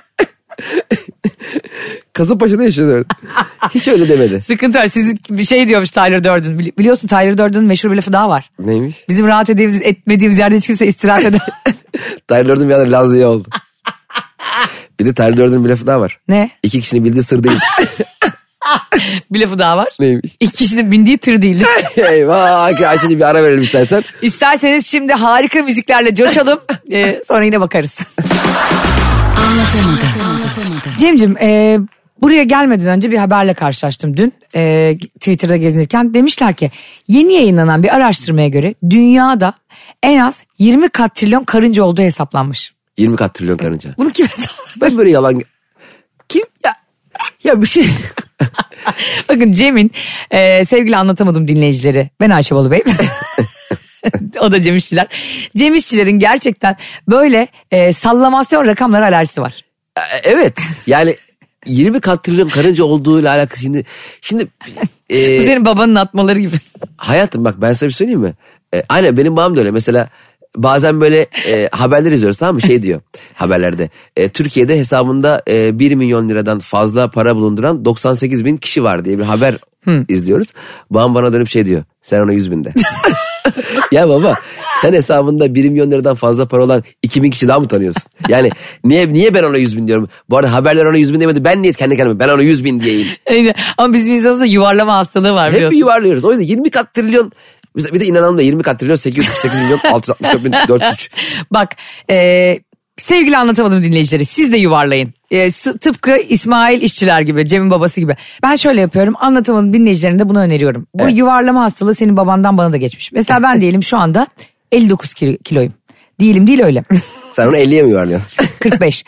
Kasımpaşa'da yaşıyor. Hiç öyle demedi. Sıkıntı var. Sizin bir şey diyormuş Tyler Durden. Biliyorsun Tyler Durden'ın meşhur bir lafı daha var. Neymiş? Bizim rahat etmediğimiz yerde hiç kimse istirahat edemez. Tyler Durden bir anda Lazlı'ya oldu. Bir de Tyler Durden'ın bir lafı daha var. Ne? 2 kişinin bildiği sır değil. Bir lafı daha var. Neymiş? 2 kişinin bindiği tır değildir. Eyvah, Ayşe'cim bir ara verelim istersen. İsterseniz şimdi harika müziklerle coşalım. Sonra yine bakarız. Anlatamadım. Cem'cim buraya gelmeden önce bir haberle karşılaştım dün. Twitter'da gezinirken demişler ki yeni yayınlanan bir araştırmaya göre dünyada en az 20 katrilyon karınca olduğu hesaplanmış. 20 katrilyon karınca. Bunu kim hesapladı? Ben böyle yalan... Kim? Ya bir şey... Bakın Cem'in sevgili anlatamadım dinleyicileri. Ben Ayşe Balı Bey. O da Cem İşçiler. Cem İşçilerin gerçekten böyle sallamasyon rakamlara alerjisi var. Evet yani 20 katrilyon karınca olduğuyla alakalı şimdi Bu senin babanın atmaları gibi. hayatım bak ben sana bir söyleyeyim mi? Aynen benim babam da öyle. Mesela bazen böyle haberler izliyoruz, tamam mı? Şey diyor haberlerde. Türkiye'de hesabında 1 milyon liradan fazla para bulunduran 98 bin kişi var diye bir haber izliyoruz. Babam bana dönüp şey diyor. Sen ona 100 bin de. Ya baba sen hesabında 1 milyon liradan fazla para olan 2000 kişi daha mı tanıyorsun? Yani niye ben ona 100 bin diyorum? Bu arada haberler ona 100 bin demedi. Ben niye kendi kendime ben ona 100 bin diyeyim. Aynen. Ama bizim insanımızda yuvarlama hastalığı var biliyorsun. Hep yuvarlıyoruz. O yüzden 20 katrilyon. Bir de inanalım da 20 katrilyon 848 milyon 664 bin 403. Bak sevgili anlatamadım dinleyicileri, siz de yuvarlayın. Tıpkı İsmail İşçiler gibi, Cem'in babası gibi. Ben şöyle yapıyorum, anlatamadım dinleyicilerine de bunu öneriyorum. Bu yuvarlama hastalığı senin babandan bana da geçmiş. Mesela ben diyelim şu anda 59 kiloyum. Değilim değil öyle. Sen onu 50'ye mi yuvarlıyorsun? 45.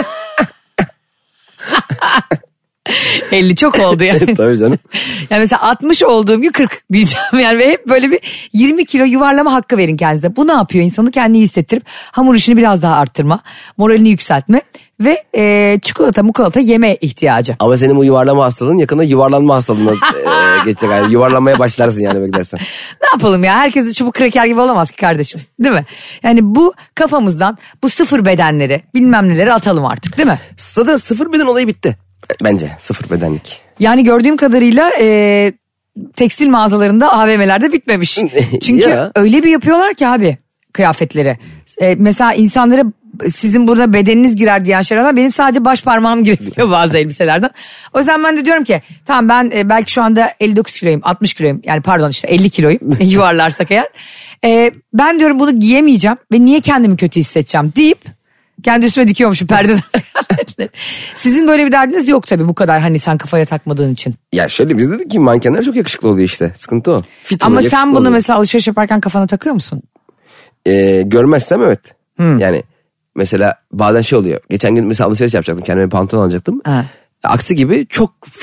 50 çok oldu yani. Tabii canım. Yani mesela 60 olduğum gün 40 diyeceğim yani ve hep böyle bir 20 kilo yuvarlama hakkı verin kendinize. Bu ne yapıyor? İnsanı kendini iyi hissettirip hamur işini biraz daha arttırma, moralini yükseltme ve çikolata yeme ihtiyacı. Ama senin bu yuvarlama hastalığın yakında yuvarlanma hastalığına geçecek. Yani yuvarlanmaya başlarsın yani beklersen. Ne yapalım ya, herkes de çubuk kraker gibi olamaz ki kardeşim, değil mi? Yani bu kafamızdan bu sıfır bedenleri bilmem neleri atalım artık, değil mi? Zaten sıfır beden olayı bitti. Bence sıfır bedenlik. Yani gördüğüm kadarıyla tekstil mağazalarında AVM'lerde bitmemiş. Çünkü öyle bir yapıyorlar ki abi kıyafetleri. Mesela insanlara sizin burada bedeniniz girer diyen şeylerden benim sadece baş parmağım girebiliyor bazı elbiselerden. O yüzden ben de diyorum ki tamam ben belki şu anda 59 kiloyum 60 kiloyum yani pardon işte 50 kiloyum yuvarlarsak eğer. Ben diyorum bunu giyemeyeceğim ve niye kendimi kötü hissedeceğim deyip kendi üstüme dikiyormuşum perdeden. Sizin böyle bir derdiniz yok tabii bu kadar hani sen kafaya takmadığın için. Ya şöyle biz dedik ki mankenler çok yakışıklı oluyor işte. Sıkıntı o. Fit ama oluyor, sen bunu oluyor. mesela alışveriş yaparken kafana takıyor musun? Görmezsem evet. Yani mesela bazen şey oluyor. Geçen gün mesela alışveriş yapacaktım. Kendime pantolon alacaktım. Aksi gibi çok fit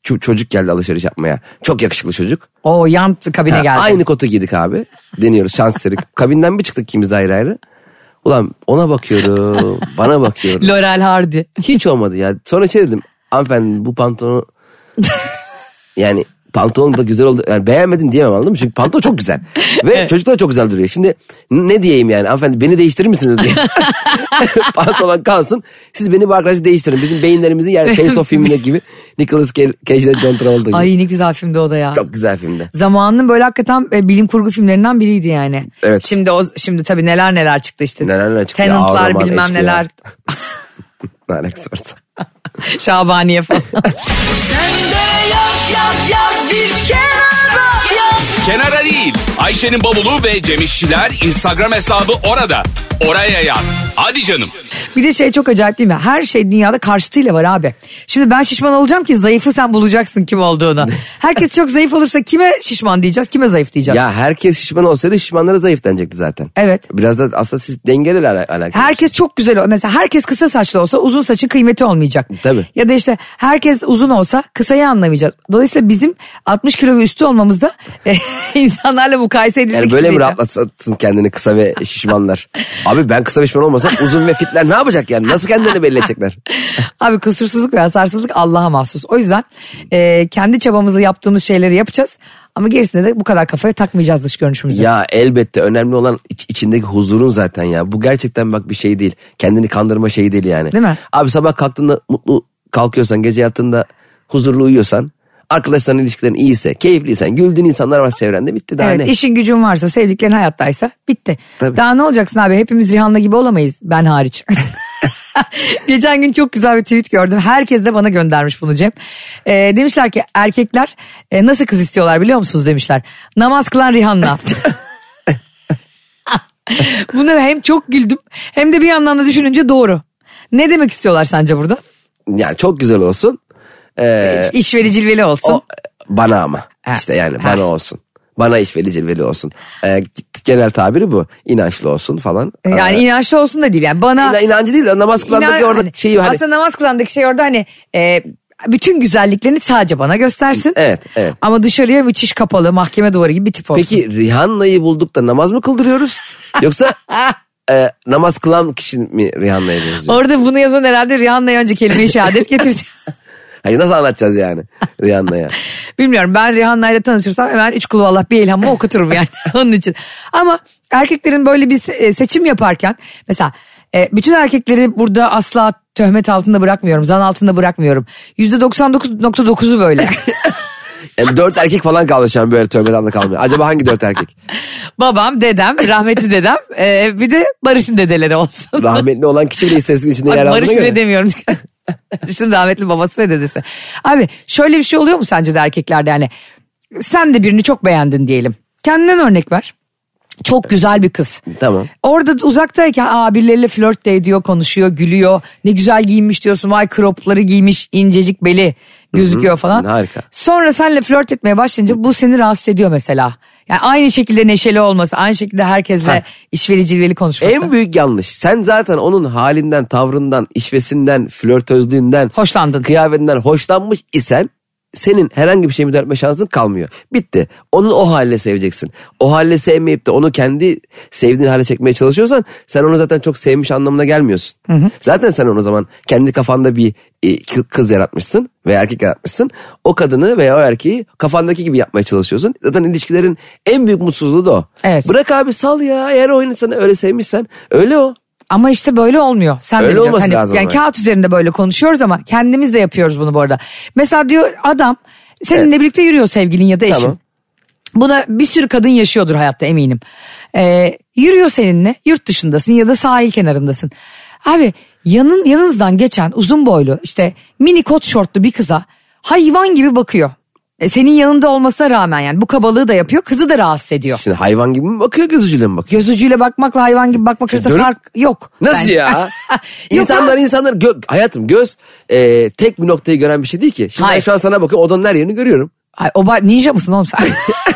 çocuk geldi alışveriş yapmaya. Çok yakışıklı çocuk. O yan kabine geldi. Aynı kotu giydik abi. Deniyoruz şans eseri. Kabinden bir çıktık ikimiz de ayrı ayrı. Ulan ona bakıyorum, bana bakıyorum. Laurel Hardy. Hiç olmadı ya. Sonra dedim, hanımefendi bu pantolonu... Yani pantolon da güzel oldu. Yani beğenmedim diyemem, anladın mı? Çünkü pantolon çok güzel. Ve çocuklar çok güzel duruyor. Şimdi ne diyeyim yani, hanımefendi beni değiştirir misiniz diye. Pantolon kalsın. Siz beni bu arkadaşı değiştirin. Bizim beyinlerimizi yani Face Off filminde gibi. Nicolas Cage'de John Travolta gibi. Ay ne güzel filmdi o da ya. Çok güzel filmdi. Zamanının böyle hakikaten bilim kurgu filmlerinden biriydi yani. Evet. Şimdi tabii neler çıktı işte. Neler çıktı. Tenantlar Ağlaman, bilmem eşkıya. neler. Ne alakası varsa. Şabaniye falan. Kenara değil. Ayşe'nin bavulu ve Cemişçiler Instagram hesabı orada. Oraya yaz. Hadi canım. Bir de çok acayip değil mi? Her şey dünyada karşıtıyla var abi. Şimdi ben şişman olacağım ki zayıfı sen bulacaksın kim olduğunu. Herkes çok zayıf olursa kime şişman diyeceğiz, kime zayıf diyeceğiz? Ya herkes şişman olsaydı şişmanlara zayıf denecekti zaten. Evet. Biraz da aslında siz dengeyle alakalı. Herkes çok güzel. Mesela herkes kısa saçlı olsa uzun saçın kıymeti olmayacak. Tabii. Ya da işte herkes uzun olsa kısayı anlamayacak. Dolayısıyla bizim 60 kilo ve üstü olmamızda insanlarla mukayese edilmek Yani için böyle mi değil. rahatlatsın kendini kısa ve şişmanlar? Abi ben kısa ve şişman olmasam uzun ve fitler ne yapacak yani? Nasıl kendilerini belli edecekler? Abi kusursuzluk ve hasarsızlık Allah'a mahsus. O yüzden kendi çabamızla yaptığımız şeyleri yapacağız. Ama gerisinde de bu kadar kafaya takmayacağız dış görünüşümüzü. Ya elbette önemli olan içindeki huzurun zaten ya. Bu gerçekten bak bir şey değil. Kendini kandırma şeyi değil yani. Değil mi? Abi sabah kalktığında mutlu kalkıyorsan, gece yattığında huzurlu uyuyorsan, arkadaşların ilişkilerin iyiyse, keyifliysen, güldüğün insanlar var çevrende, bitti daha Evet, ne? işin gücün varsa, sevdiklerin hayattaysa bitti. Tabii. Daha ne olacaksın abi? Hepimiz Rihanna gibi olamayız, ben hariç. Geçen gün çok güzel bir tweet gördüm. Herkes de bana göndermiş bunu Cem. Demişler ki erkekler nasıl kız istiyorlar biliyor musunuz demişler. Namaz kılan Rihanna. Bunu hem çok güldüm hem de bir yandan da düşününce doğru. Ne demek istiyorlar sence burada? Yani çok güzel olsun. İşveli cilveli olsun. Bana ama. Ha. İşte yani Ha. bana olsun. Bana işveli cilveli olsun. Genel tabiri bu. İnançlı olsun falan. Yani inançlı olsun da değil yani bana. İnancı değil de namaz kılandaki orada hani, şeyi hani. aslında namaz kılandaki şey orada hani bütün güzelliklerini sadece bana göstersin. Evet. Ama dışarıya müthiş kapalı mahkeme duvarı gibi bir tip olsun. Peki Rihanna'yı bulduk da namaz mı kıldırıyoruz? Yoksa namaz kılan kişi mi Rihanna'ya benziyor? Orada bunu yazan herhalde Rihanna'ya önce kelime-i şehadet getirdi. Hayır, nasıl anlatacağız yani Rihanna'ya? Bilmiyorum, ben Rihanna'yla tanışırsam hemen 3 kulu Allah bir ilhamı okuturum yani onun için. Ama erkeklerin böyle bir seçim yaparken mesela bütün erkekleri burada asla töhmet altında bırakmıyorum, zan altında bırakmıyorum. %99.9'u böyle. Yani 4 erkek falan kaldı şu an böyle tövbeden de kalmıyor. Acaba hangi 4 erkek? Babam, dedem, rahmetli dedem, bir de Barış'ın dedeleri olsun. Rahmetli olan kişi bile istatistik içinde yer Bak, aldığına Barış göre. bile demiyorum. Barış'ın rahmetli babası ve dedesi. Abi şöyle bir şey oluyor mu sence de erkeklerde yani? Sen de birini çok beğendin diyelim. Kendinden örnek ver. Çok güzel bir kız. Tamam. Orada uzaktayken birileriyle flört de ediyor, konuşuyor, gülüyor. Ne güzel giyinmiş diyorsun. Vay cropları giymiş, incecik beli gözüküyor falan. Harika. Sonra seninle flört etmeye başlayınca bu seni rahatsız ediyor mesela. Yani aynı şekilde neşeli olması, aynı şekilde herkesle işveli cilveli konuşması. En büyük yanlış. Sen zaten onun halinden, tavrından, işvesinden, flörtözlüğünden, Hoşlandın. kıyafetinden hoşlanmış isen senin herhangi bir şey müdahale etme şansın kalmıyor. Bitti. Onu o haline seveceksin. O haline sevmeyip de onu kendi sevdiğin hale çekmeye çalışıyorsan sen onu zaten çok sevmiş anlamına gelmiyorsun. Zaten sen onu o zaman kendi kafanda bir kız yaratmışsın veya erkek yaratmışsın. O kadını veya o erkeği kafandaki gibi yapmaya çalışıyorsun. Zaten ilişkilerin en büyük mutsuzluğu da o. Evet. Bırak abi, sal ya, eğer o insanı öyle sevmişsen öyle o. Ama işte böyle olmuyor. Sen de Öyle biliyorsun. olması lazım Yani ama. kağıt üzerinde böyle konuşuyoruz ama kendimiz de yapıyoruz bunu bu arada. Mesela diyor adam seninle birlikte yürüyor sevgilin ya da eşin. Tamam. Buna bir sürü kadın yaşıyordur hayatta eminim. Yürüyor seninle, yurt dışındasın ya da sahil kenarındasın. Abi yanınızdan geçen uzun boylu işte mini kot şortlu bir kıza hayvan gibi bakıyor. Senin yanında olmasına rağmen yani bu kabalığı da yapıyor, kızı da rahatsız ediyor. Şimdi hayvan gibi mi bakıyor, göz ucuyla mı bakıyor? Göz ucuyla bakmakla hayvan gibi bakmak arasında dönüp- fark yok. Nasıl bence. ya? Yok İnsanlar hayatım göz tek bir noktayı gören bir şey değil ki. Şimdi ben Hayır. şu an sana bakıyorum, odanın her yerini görüyorum. Ay, ninja mısın oğlum sen?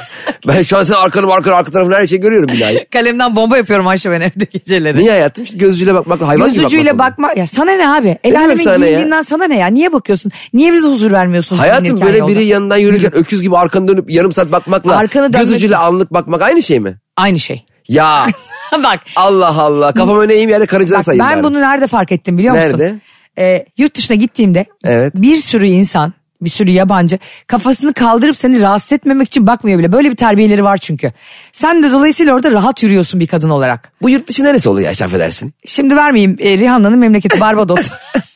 Ben şu an senin arka tarafını her şeyi görüyorum binayı. Kalemden bomba yapıyorum Ayşe ben evde geceleri. Niye hayatım? Gözücüyle bakmakla hayvan gibi Gözücüyle bakmak. Ya sana ne abi? El alemin giyindiğinden sana ne ya? Niye bakıyorsun? Niye bize huzur vermiyorsunuz? Hayatım böyle yolda? Biri yanından yürürken öküz gibi arkanı dönüp yarım saat bakmakla gözücüyle anlık bakmak aynı şey mi? Aynı şey. Ya. Bak. Allah Allah. Kafam öne eğeyim yerde karıncaları sayayım ben bunu nerede fark ettim biliyor musun? Nerede? Yurt dışına gittiğimde bir sürü insan, bir sürü yabancı kafasını kaldırıp seni rahatsız etmemek için bakmıyor bile. Böyle bir terbiyeleri var çünkü. Sen de dolayısıyla orada rahat yürüyorsun bir kadın olarak. Bu yurt dışı neresi oluyor ya, affedersin? Şimdi vermeyeyim, Rihanna'nın memleketi Barbados.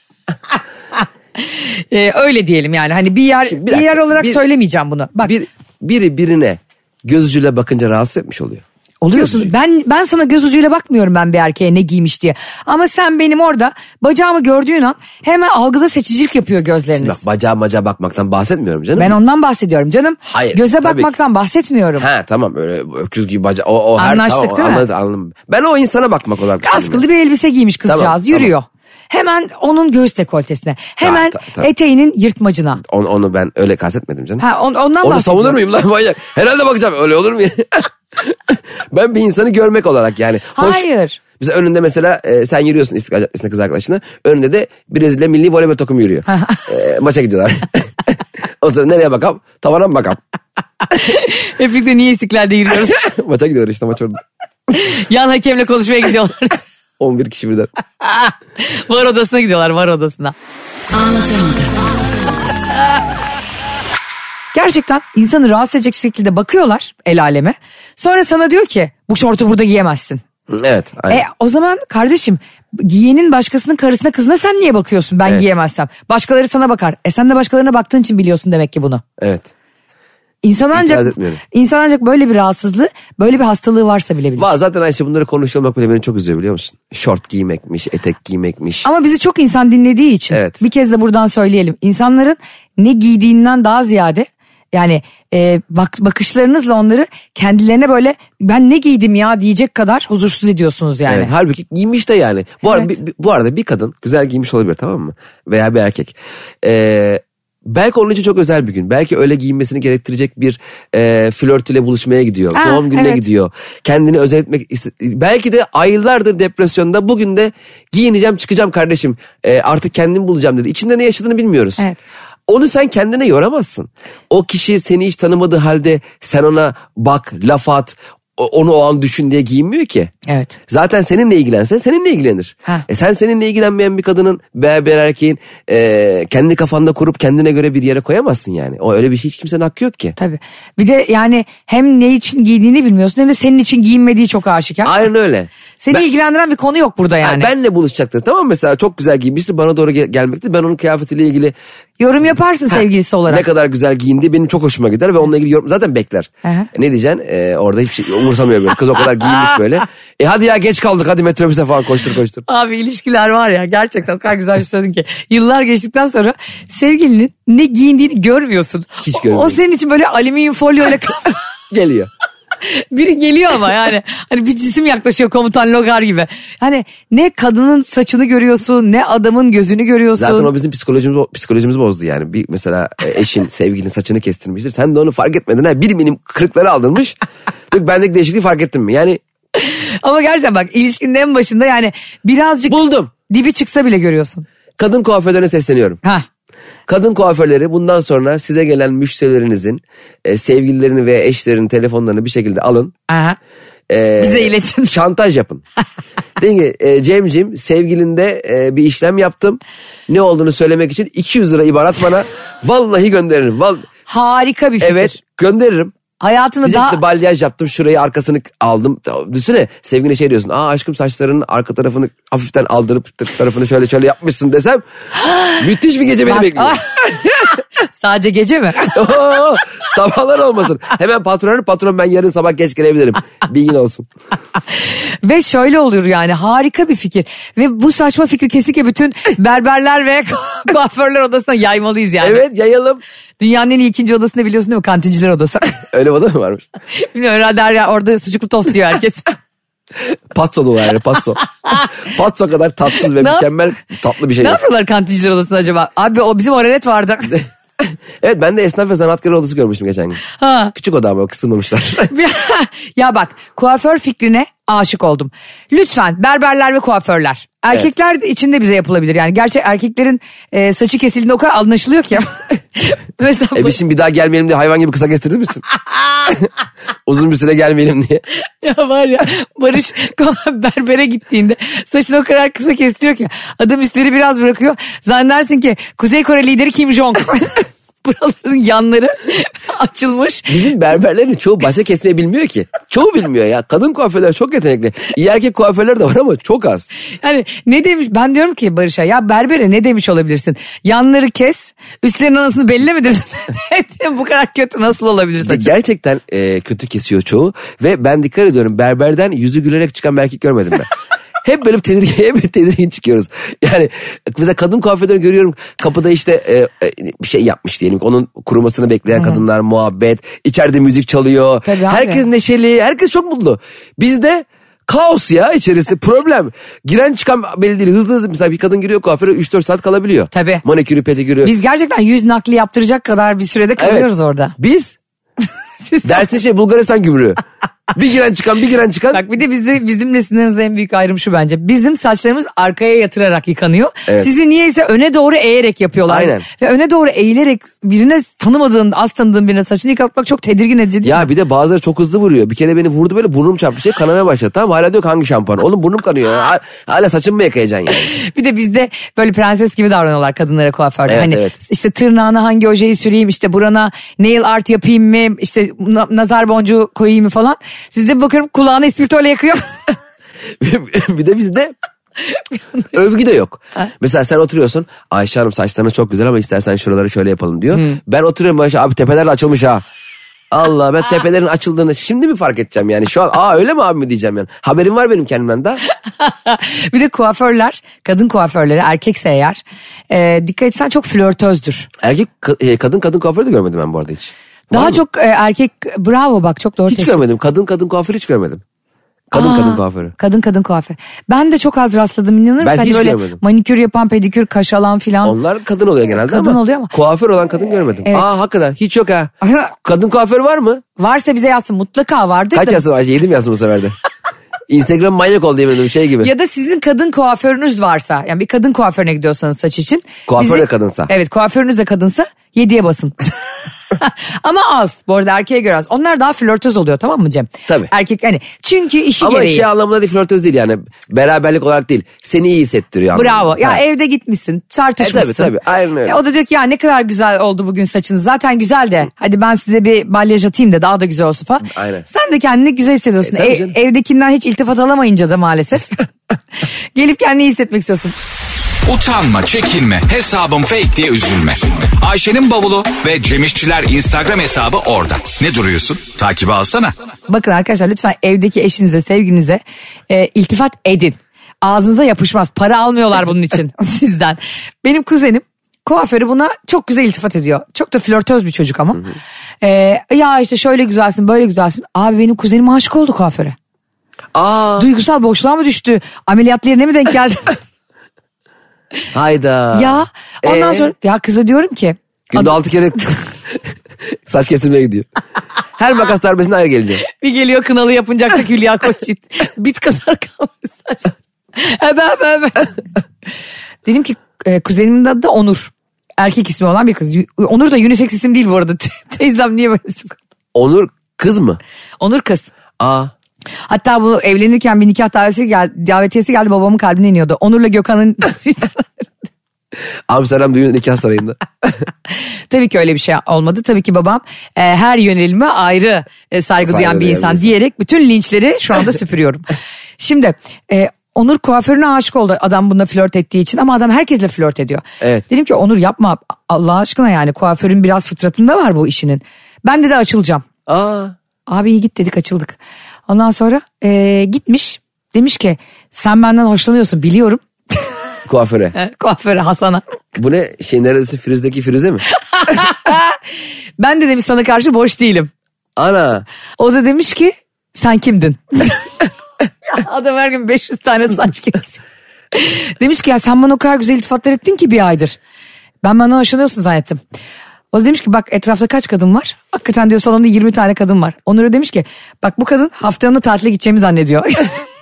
Öyle diyelim yani hani bir yer olarak söylemeyeceğim bunu. Bak. Biri birine gözücüyle bakınca rahatsız etmiş oluyor. Oluyorsun. Ben sana göz ucuyla bakmıyorum ben bir erkeğe ne giymiş diye. Ama sen benim orada bacağımı gördüğün an hemen algıda seçicilik yapıyor gözleriniz. Bak bacağa bakmaktan bahsetmiyorum canım. Ben ondan bahsediyorum canım. Hayır. Göze bakmaktan bahsetmiyorum. Ha tamam öyle öküz gibi bacağı. O anlaştık tamam, değil mi? Anladım. Ben o insana bakmak olarak. Askılı bir elbise giymiş kızcağız yürüyor. Tamam. Hemen onun göğüs dekoltesine. Hemen eteğinin yırtmacına. Onu ben öyle kastetmedim canım. Ondan bahsediyorum. Onu savunur muyum lan manyak? Herhalde bakacağım, öyle olur mu? Ben bir insanı görmek olarak yani. Hayır. Mesela önünde mesela sen yürüyorsun İstiklal Caddesi'nde kız arkadaşına. Önünde de Brezilya milli voleybol takımı yürüyor. Maça gidiyorlar. O sırada nereye bakalım? Tavana mı bakalım? Hep birlikte niye İstiklal'de yürüyoruz? Maça gidiyorlar işte, maç orada. Yan hakemle konuşmaya gidiyorlar. 11 kişi birden. Var odasına gidiyorlar, var odasına. Anlatamadım. Gerçekten insanı rahatsız edecek şekilde bakıyorlar el aleme. Sonra sana diyor ki bu şortu burada giyemezsin. Evet. Aynen. O zaman kardeşim giyenin başkasının karısına kızına sen niye bakıyorsun ben giyemezsem? Başkaları sana bakar. Sen de başkalarına baktığın için biliyorsun demek ki bunu. Evet. İnsan ancak böyle bir rahatsızlığı, böyle bir hastalığı varsa bile bilir. Zaten Ayşe bunları konuşulmak bile beni çok üzüyor biliyor musun? Şort giymekmiş, etek giymekmiş. Ama bizi çok insan dinlediği için bir kez de buradan söyleyelim. İnsanların ne giydiğinden daha ziyade yani bakışlarınızla onları kendilerine böyle ben ne giydim ya diyecek kadar huzursuz ediyorsunuz yani. Evet, halbuki giymiş de yani. Bu arada bir kadın güzel giymiş olabilir, tamam mı? Veya bir erkek. Belki onun için çok özel bir gün. Belki öyle giyinmesini gerektirecek bir flörtüyle buluşmaya gidiyor. Doğum gününe gidiyor. Kendini özel etmek belki de aylardır depresyonda, bugün de giyineceğim çıkacağım kardeşim. Artık kendimi bulacağım dedi. İçinde ne yaşadığını bilmiyoruz. Evet. Onu sen kendine yoramazsın. O kişi seni hiç tanımadığı halde sen ona bak, laf at, onu o an düşün diye giyinmiyor ki. Evet. Zaten seninle ilgilense seninle ilgilenir. Sen seninle ilgilenmeyen bir kadının veya bir erkeğin kendi kafanda kurup kendine göre bir yere koyamazsın yani. O öyle bir şey hiç kimsenin hakkı yok ki. Tabii. Bir de yani hem ne için giydiğini bilmiyorsun hem de senin için giyinmediği çok aşikar. Aynen öyle. Seni ilgilendiren bir konu yok burada yani. Benle buluşacaktır, tamam mı? Mesela çok güzel giyinmiştir, bana doğru gelmektir. Ben onun kıyafetiyle ilgili yorum yaparsın sevgilisi olarak. Ne kadar güzel giyindi benim çok hoşuma gider ve onunla ilgili yorum zaten bekler. Ne diyeceksin? Orada hiçbir şey umursamıyor böyle. Kız o kadar giyinmiş böyle. Hadi ya geç kaldık, hadi metrobüse falan koştur. Abi ilişkiler var ya gerçekten o kadar güzel bir şey söyledin ki. Yıllar geçtikten sonra sevgilinin ne giyindiğini görmüyorsun. Hiç görmüyorum. O senin için böyle alüminyum folyoyla geliyor. Biri geliyor ama yani hani bir cisim yaklaşıyor komutan Logar gibi. Hani ne kadının saçını görüyorsun ne adamın gözünü görüyorsun. Zaten o bizim psikolojimizi bozdu yani. Bir mesela eşin sevgilinin saçını kestirmiştir. Sen de onu fark etmedin ha. Bir minim kırıkları aldırmış. Yok bendeki değişikliği fark ettin mi? Yani. Ama gerçekten bak ilişkinin en başında yani birazcık. Buldum. Dibi çıksa bile görüyorsun. Kadın kuaförlerine sesleniyorum. Kadın kuaförleri bundan sonra size gelen müşterilerinizin sevgililerini ve eşlerinin telefonlarını bir şekilde alın. Bize iletin. Şantaj yapın. Deyin ki Cem'cim sevgilinde bir işlem yaptım. Ne olduğunu söylemek için 200 lira ibaret bana. Vallahi gönderirim. Harika bir fikir. Evet gönderirim. Hayatını diyecek işte balyaj yaptım, şurayı arkasını aldım. Düşünsene sevgiline şey diyorsun. Aşkım saçlarının arka tarafını hafiften aldırıp tarafını şöyle yapmışsın desem. Müthiş bir gece beni bekliyor. Sadece gece mi? Sabahlar olmasın. Hemen patron ben yarın sabah geç gelebilirim. Bilgin olsun. Ve şöyle olur yani harika bir fikir. Ve bu saçma fikri kesinlikle bütün berberler ve kuaförler odasına yaymalıyız yani. Evet yayalım. Dünyanın en iyi ikinci odasını biliyorsun değil mi? Kantinciler odası. Öyle oda mı varmış? Bilmiyorum herhalde orada sucuklu tost diyor herkes. Patso dolu yani patso. Patso kadar tatsız ve mükemmel tatlı bir şey. Ne yapıyorlar kantinciler odasında acaba? Abi o bizim oralet vardı. Evet, ben de esnaf ve zanaatkarı odası görmüştüm geçen gün. Ha. Küçük oda ama kısılmamışlar. Ya bak, kuaför fikrine aşık oldum. Lütfen berberler ve kuaförler. Erkekler için de bize yapılabilir yani. Gerçi erkeklerin saçı kesildiğinde o kadar anlaşılıyor ki. Mesela Biz şimdi bir daha gelmeyelim diye hayvan gibi kısa kestirdin misin? Uzun bir süre gelmeyelim diye. Ya var ya, Barış berbere gittiğinde saçını o kadar kısa kestiriyor ki adam üstleri biraz bırakıyor. Zannedersin ki Kuzey Kore lideri Kim Jong. Buraların yanları açılmış. Bizim berberlerin çoğu başa kesmeyi bilmiyor ki. Çoğu bilmiyor ya. Kadın kuaförler çok yetenekli. İyi erkek kuaförler de var ama çok az. Yani ne demiş, ben diyorum ki Barış'a, ya berbere ne demiş olabilirsin? Yanları kes, üstlerin anasını belli mi dedin? Bu kadar kötü nasıl olabilir saçın? Gerçekten kötü kesiyor çoğu. Ve ben dikkat ediyorum, berberden yüzü gülerek çıkan bir erkek görmedim ben. Hep böyle tedirgin çıkıyoruz. Yani mesela kadın kuaförleri görüyorum, kapıda işte bir şey yapmış diyelim ki, onun kurumasını bekleyen kadınlar, muhabbet, içeride müzik çalıyor. Tabii herkes abi. neşeli, herkes çok mutlu. Bizde kaos ya, içerisi problem. Giren çıkan belli değil, hızlı mesela bir kadın giriyor kuaföre 3-4 saat kalabiliyor. Tabii. Manikürü, pedikürü. Biz gerçekten yüz nakli yaptıracak kadar bir sürede kalıyoruz orada. Biz dersin Bulgaristan gümrüğü. Bir giren çıkan. Bak bir de bizim sinirimizde en büyük ayrım şu bence. Bizim saçlarımız arkaya yatırarak yıkanıyor. Evet. Sizi niyeyse öne doğru eğerek yapıyorlar. Aynen. Ve öne doğru eğilerek birine az tanıdığın birine saçını yıkatmak çok tedirgin edici değil mi? Ya bir de bazıları çok hızlı vuruyor. Bir kere beni vurdu, böyle burnum çarptı, kanamaya başladı. Tamam, hala diyor hangi şampuan? Oğlum burnum kanıyor ya. Hala saçımı mı yıkayacaksın yani? Bir de bizde böyle prenses gibi davranıyorlar kadınlara kuaförde. Evet, hani evet. işte tırnağına hangi ojeyi süreyim, işte burana nail art yapayım mı, işte nazar boncuğu koyayım mı falan. Sizde bakıyorum kulağına ispirtoyla yakıyor. Bir de bizde övgü de yok. Mesela sen oturuyorsun, Ayşe Hanım saçlarınız çok güzel ama istersen şuraları şöyle yapalım diyor. Ben oturuyorum böyle, abi tepeler de açılmış ha. Allah, ben tepelerin açıldığını şimdi mi fark edeceğim yani? Şu an öyle mi abi mi diyeceğim yani? Haberim var benim kendimden daha. Bir de kuaförler, kadın kuaförleri, erkekse eğer dikkat etsen çok flörtözdür. Kadın kuaförü de görmedim ben bu arada hiç. Var Daha mı? çok erkek, bravo bak, çok doğru Hiç tespit. görmedim. Kadın kuaförü hiç görmedim. Kadın kuaförü. Kadın kuaför. Ben de çok az rastladım, inanır Ben mısın? hiç Hani böyle görmedim. manikür yapan, pedikür, kaş alan filan. Onlar kadın oluyor genelde Kadın oluyor ama. kuaför olan kadın görmedim. Evet. Hakikaten hiç yok ha. Kadın kuaförü var mı? Varsa bize yazsın, mutlaka vardır. Kaç da. yazsın Ayşe? 7 mi yazsın bu sefer de? Instagram manyak oldu yemin ederim, şey gibi. Ya da sizin kadın kuaförünüz varsa, yani bir kadın kuaförüne gidiyorsanız saç için. Kuaför de kadınsa. Evet, kuaförünüz de kadınsa 7'ye basın. Ama az. Bu arada erkeğe göre az. Onlar daha flörtöz oluyor, tamam mı Cem? Tabii. Erkek hani çünkü işi Ama gereği. şey anlamında değil, flörtöz değil yani. Beraberlik olarak değil. Seni iyi hissettiriyor anlamında. Bravo. Ya Ha. evde gitmişsin, tartışmışsın. Tabii aynen öyle. O da diyor ki ya ne kadar güzel oldu bugün saçınız. Zaten güzel de hadi ben size bir balyaj atayım da daha da güzel olsun falan. Aynen. Sen de kendini güzel hissediyorsun. Tabii canım. Evdekinden hiç iltifat alamayınca da maalesef. Gelip kendini iyi hissetmek istiyorsun. Utanma, çekinme, hesabım fake diye üzülme. Ayşe'nin bavulu ve Cemişçiler Instagram hesabı orada. Ne duruyorsun? Takibi alsana. Bakın arkadaşlar, lütfen evdeki eşinize, sevginize iltifat edin. Ağzınıza yapışmaz. Para almıyorlar bunun için sizden. Benim kuzenim kuaförü buna çok güzel iltifat ediyor. Çok da flörtöz bir çocuk ama. Ya işte şöyle güzelsin, böyle güzelsin. Abi benim kuzenim aşık oldu kuaföre. Duygusal boşluğa mı düştü? Ameliyatlı yerine mi denk geldi? Hayda. Ya ondan sonra ya kıza diyorum ki. Günde 6 kere saç kestirmeye gidiyor. Her makas darbesine ayrı gelecek. Bir geliyor kınalı yapınacaktık Hülya Koçyiğit. Bit kadar kalmış saç. Dedim ki kuzenimin adı da Onur. Erkek ismi olan bir kız. Onur da unisex isim değil bu arada. Teyzem niye böyle isim koydu? Onur kız mı? Onur kız. Aa. Hatta bu evlenirken bir nikah davetiyesi geldi, babamın kalbine iniyordu. Onur'la Gökhan'ın Amsterdam düğün nikah sarayında. tabii ki öyle bir şey olmadı. Tabii ki babam her yönelime ayrı saygı duyan bir insan diyerek bütün linçleri şu anda süpürüyorum. Şimdi Onur kuaförüne aşık oldu adam bununla flört ettiği için, ama adam herkesle flört ediyor. Evet. Dedim ki Onur yapma Allah aşkına, yani kuaförün biraz fıtratında var bu işinin. Ben de açılacağım. Abi iyi git dedik, açıldık. Ondan sonra gitmiş, demiş ki sen benden hoşlanıyorsun biliyorum. Kuaföre. Kuaföre Hasan'a. Bu ne? Neredeyse Firuze'deki Firuze mi? Ben de demiş sana karşı boş değilim. Ana. O da demiş ki sen kimdin? Adam her gün 500 tane saç kesiyor. Demiş ki ya sen bana o kadar güzel iltifatlar ettin ki bir aydır. Ben bana hoşlanıyorsun zannettim. O demiş ki bak etrafta kaç kadın var? Hakikaten diyor salonda 20 tane kadın var. Onur demiş ki bak bu kadın hafta sonu tatile gideceğimi zannediyor.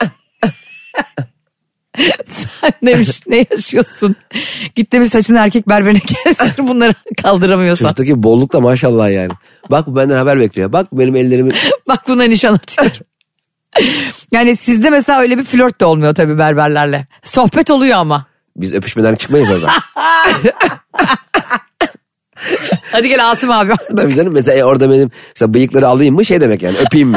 Sen demiş ne yaşıyorsun? Git demiş saçını erkek berberine kestir, bunları kaldıramıyorsan. Çocuktaki bolluk da maşallah yani. Bak bu benden haber bekliyor. Bak benim ellerimi... Bak buna nişan atıyorum. Yani sizde mesela öyle bir flört de olmuyor tabii berberlerle. Sohbet oluyor ama. Biz öpüşmeden çıkmayız oradan. Hadi gel Asım abi. Tabii canım, mesela orada benim mesela bıyıkları alayım mı şey demek yani, öpeyim mi?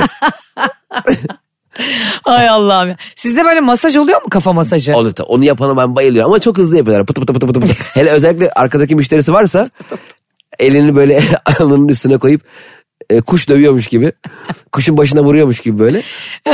Ay Allah'ım ya. Sizde böyle masaj oluyor mu, kafa masajı? Oluyor. Onu yapana ben bayılıyorum ama çok hızlı yapıyorlar. Pıtı pıtı pıtı pıtı pıtı. Hele özellikle arkadaki müşterisi varsa elini böyle alnının üstüne koyup kuş dövüyormuş gibi. Kuşun başına vuruyormuş gibi böyle.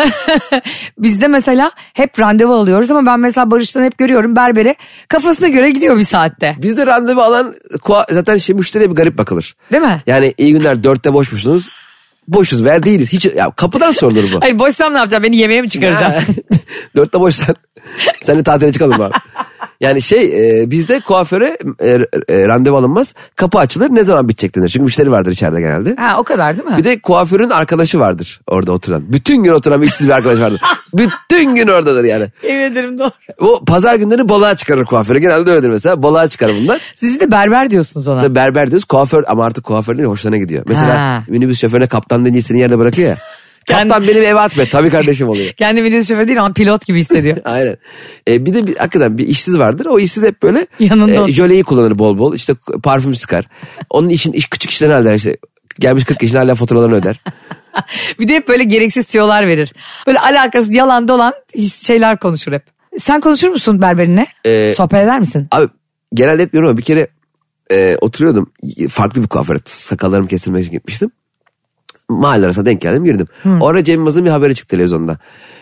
Bizde mesela hep randevu alıyoruz ama ben mesela Barış'tan hep görüyorum berbere kafasına göre gidiyor bir saatte. Bizde randevu alan zaten müşteriye bir garip bakılır. Değil mi? Yani iyi günler 4'te boşmuşsunuz. Boşuz veya değiliz. Hiç ya, kapıdan sorulur bu. Hayır boşsam ne yapacağım? Beni yemeğe mi çıkaracaksın? 4'te boşsan sen de tatile çıkalım abi. Yani bizde kuaföre randevu alınmaz. Kapı açılır, ne zaman bitecek denir. Çünkü müşteri vardır içeride genelde. Ha, o kadar değil mi? Bir de kuaförün arkadaşı vardır orada oturan. Bütün gün oturan bir işsiz bir arkadaş vardır. Bütün gün oradadır yani. Yemin ederim doğru. O pazar günleri balığa çıkarır kuaförü. Genelde öyledir mesela. Balığa çıkarır bunlar. Siz bir de berber diyorsunuz ona. Tabii berber diyoruz. Kuaför ama artık kuaförün hoşlarına gidiyor. Mesela minibüs şoförüne kaptan dendiği seni yerde bırakıyor ya. Kaptan benim eve atma. Tabii kardeşim oluyor. Kendi minibüs şoförü değil ama pilot gibi hissediyor. Aynen. Bir de hakikaten bir işsiz vardır. O işsiz hep böyle yanında jöleyi kullanır bol bol. İşte parfüm sıkar. Onun küçük işlerini halleder. İşte gelmiş 40 yaşında hala faturalarını öder. Bir de hep böyle gereksiz tüyolar verir. Böyle alakasız yalan dolan şeyler konuşur hep. Sen konuşur musun berberinle? Sohbet eder misin? Abi genelde etmiyorum ama bir kere oturuyordum. Farklı bir kuaföre sakallarımı kestirmek için gitmiştim. Mahalle arasına denk geldim, girdim. O ara Cem Yılmaz'ın bir haberi çıktı televizyonda.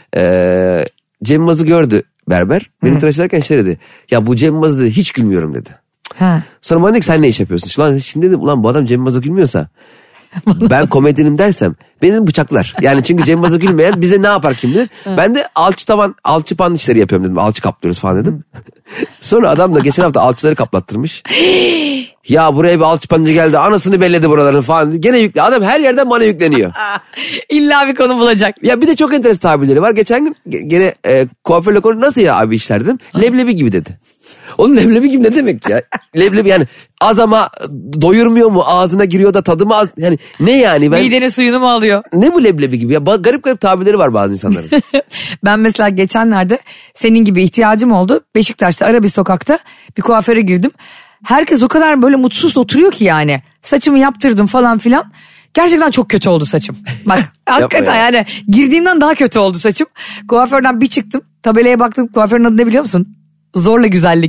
Cem Yılmaz'ı gördü berber. Beni tıraş ederken şey dedi. Ya bu Cem Yılmaz dedi, hiç gülmüyorum dedi. Ha. Sonra bana dedi ki sen ne iş yapıyorsun? Şimdi dedim ulan bu adam Cem Yılmaz'a gülmüyorsa ben komedyenim dersem beni bıçaklar. Yani çünkü Cem Yılmaz'a gülmeyen bize ne yapar kim bilir. Ben de alçıpan işleri yapıyorum dedim. Alçı kaplıyoruz falan dedim. Sonra adam da geçen hafta alçıları kaplattırmış. Ya buraya bir alçıpancı geldi, anasını belledi buraların falan. Gene yükle. Adam her yerden bana yükleniyor. İlla bir konu bulacak. Ya bir de çok enteresan tabirleri var. Geçen gün gene kuaförle konu nasıl ya abi işler dedim. Leblebi gibi dedi. Oğlum leblebi gibi ne demek ya? Leblebi yani az ama doyurmuyor mu? Ağzına giriyor da tadı mı az? Yani ne yani? Midenin suyunu mu alıyor? Ne bu leblebi gibi ya? Garip garip tabirleri var bazı insanların. Ben mesela geçenlerde senin gibi ihtiyacım oldu. Beşiktaş'ta ara bir sokakta bir kuaföre girdim. Herkes o kadar böyle mutsuz oturuyor ki yani. Saçımı yaptırdım falan filan. Gerçekten çok kötü oldu saçım. Bak hakikaten ya. Yani girdiğimden daha kötü oldu saçım. Kuaförden bir çıktım. Tabelaya baktım, kuaförün adı ne biliyor musun? Zorla güzellik.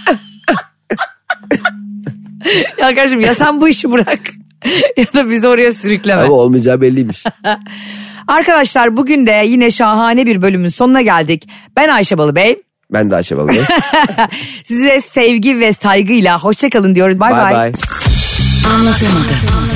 Ya kardeşim ya sen bu işi bırak ya da bizi oraya sürükleme. Ama olmayacağı belliymiş. Arkadaşlar bugün de yine şahane bir bölümün sonuna geldik. Ben Ayşe Balıbey. Ben de Ayşe Balıbey. Size sevgi ve saygıyla hoşça kalın diyoruz. Bay bay. Bye bye. Anlatamadım.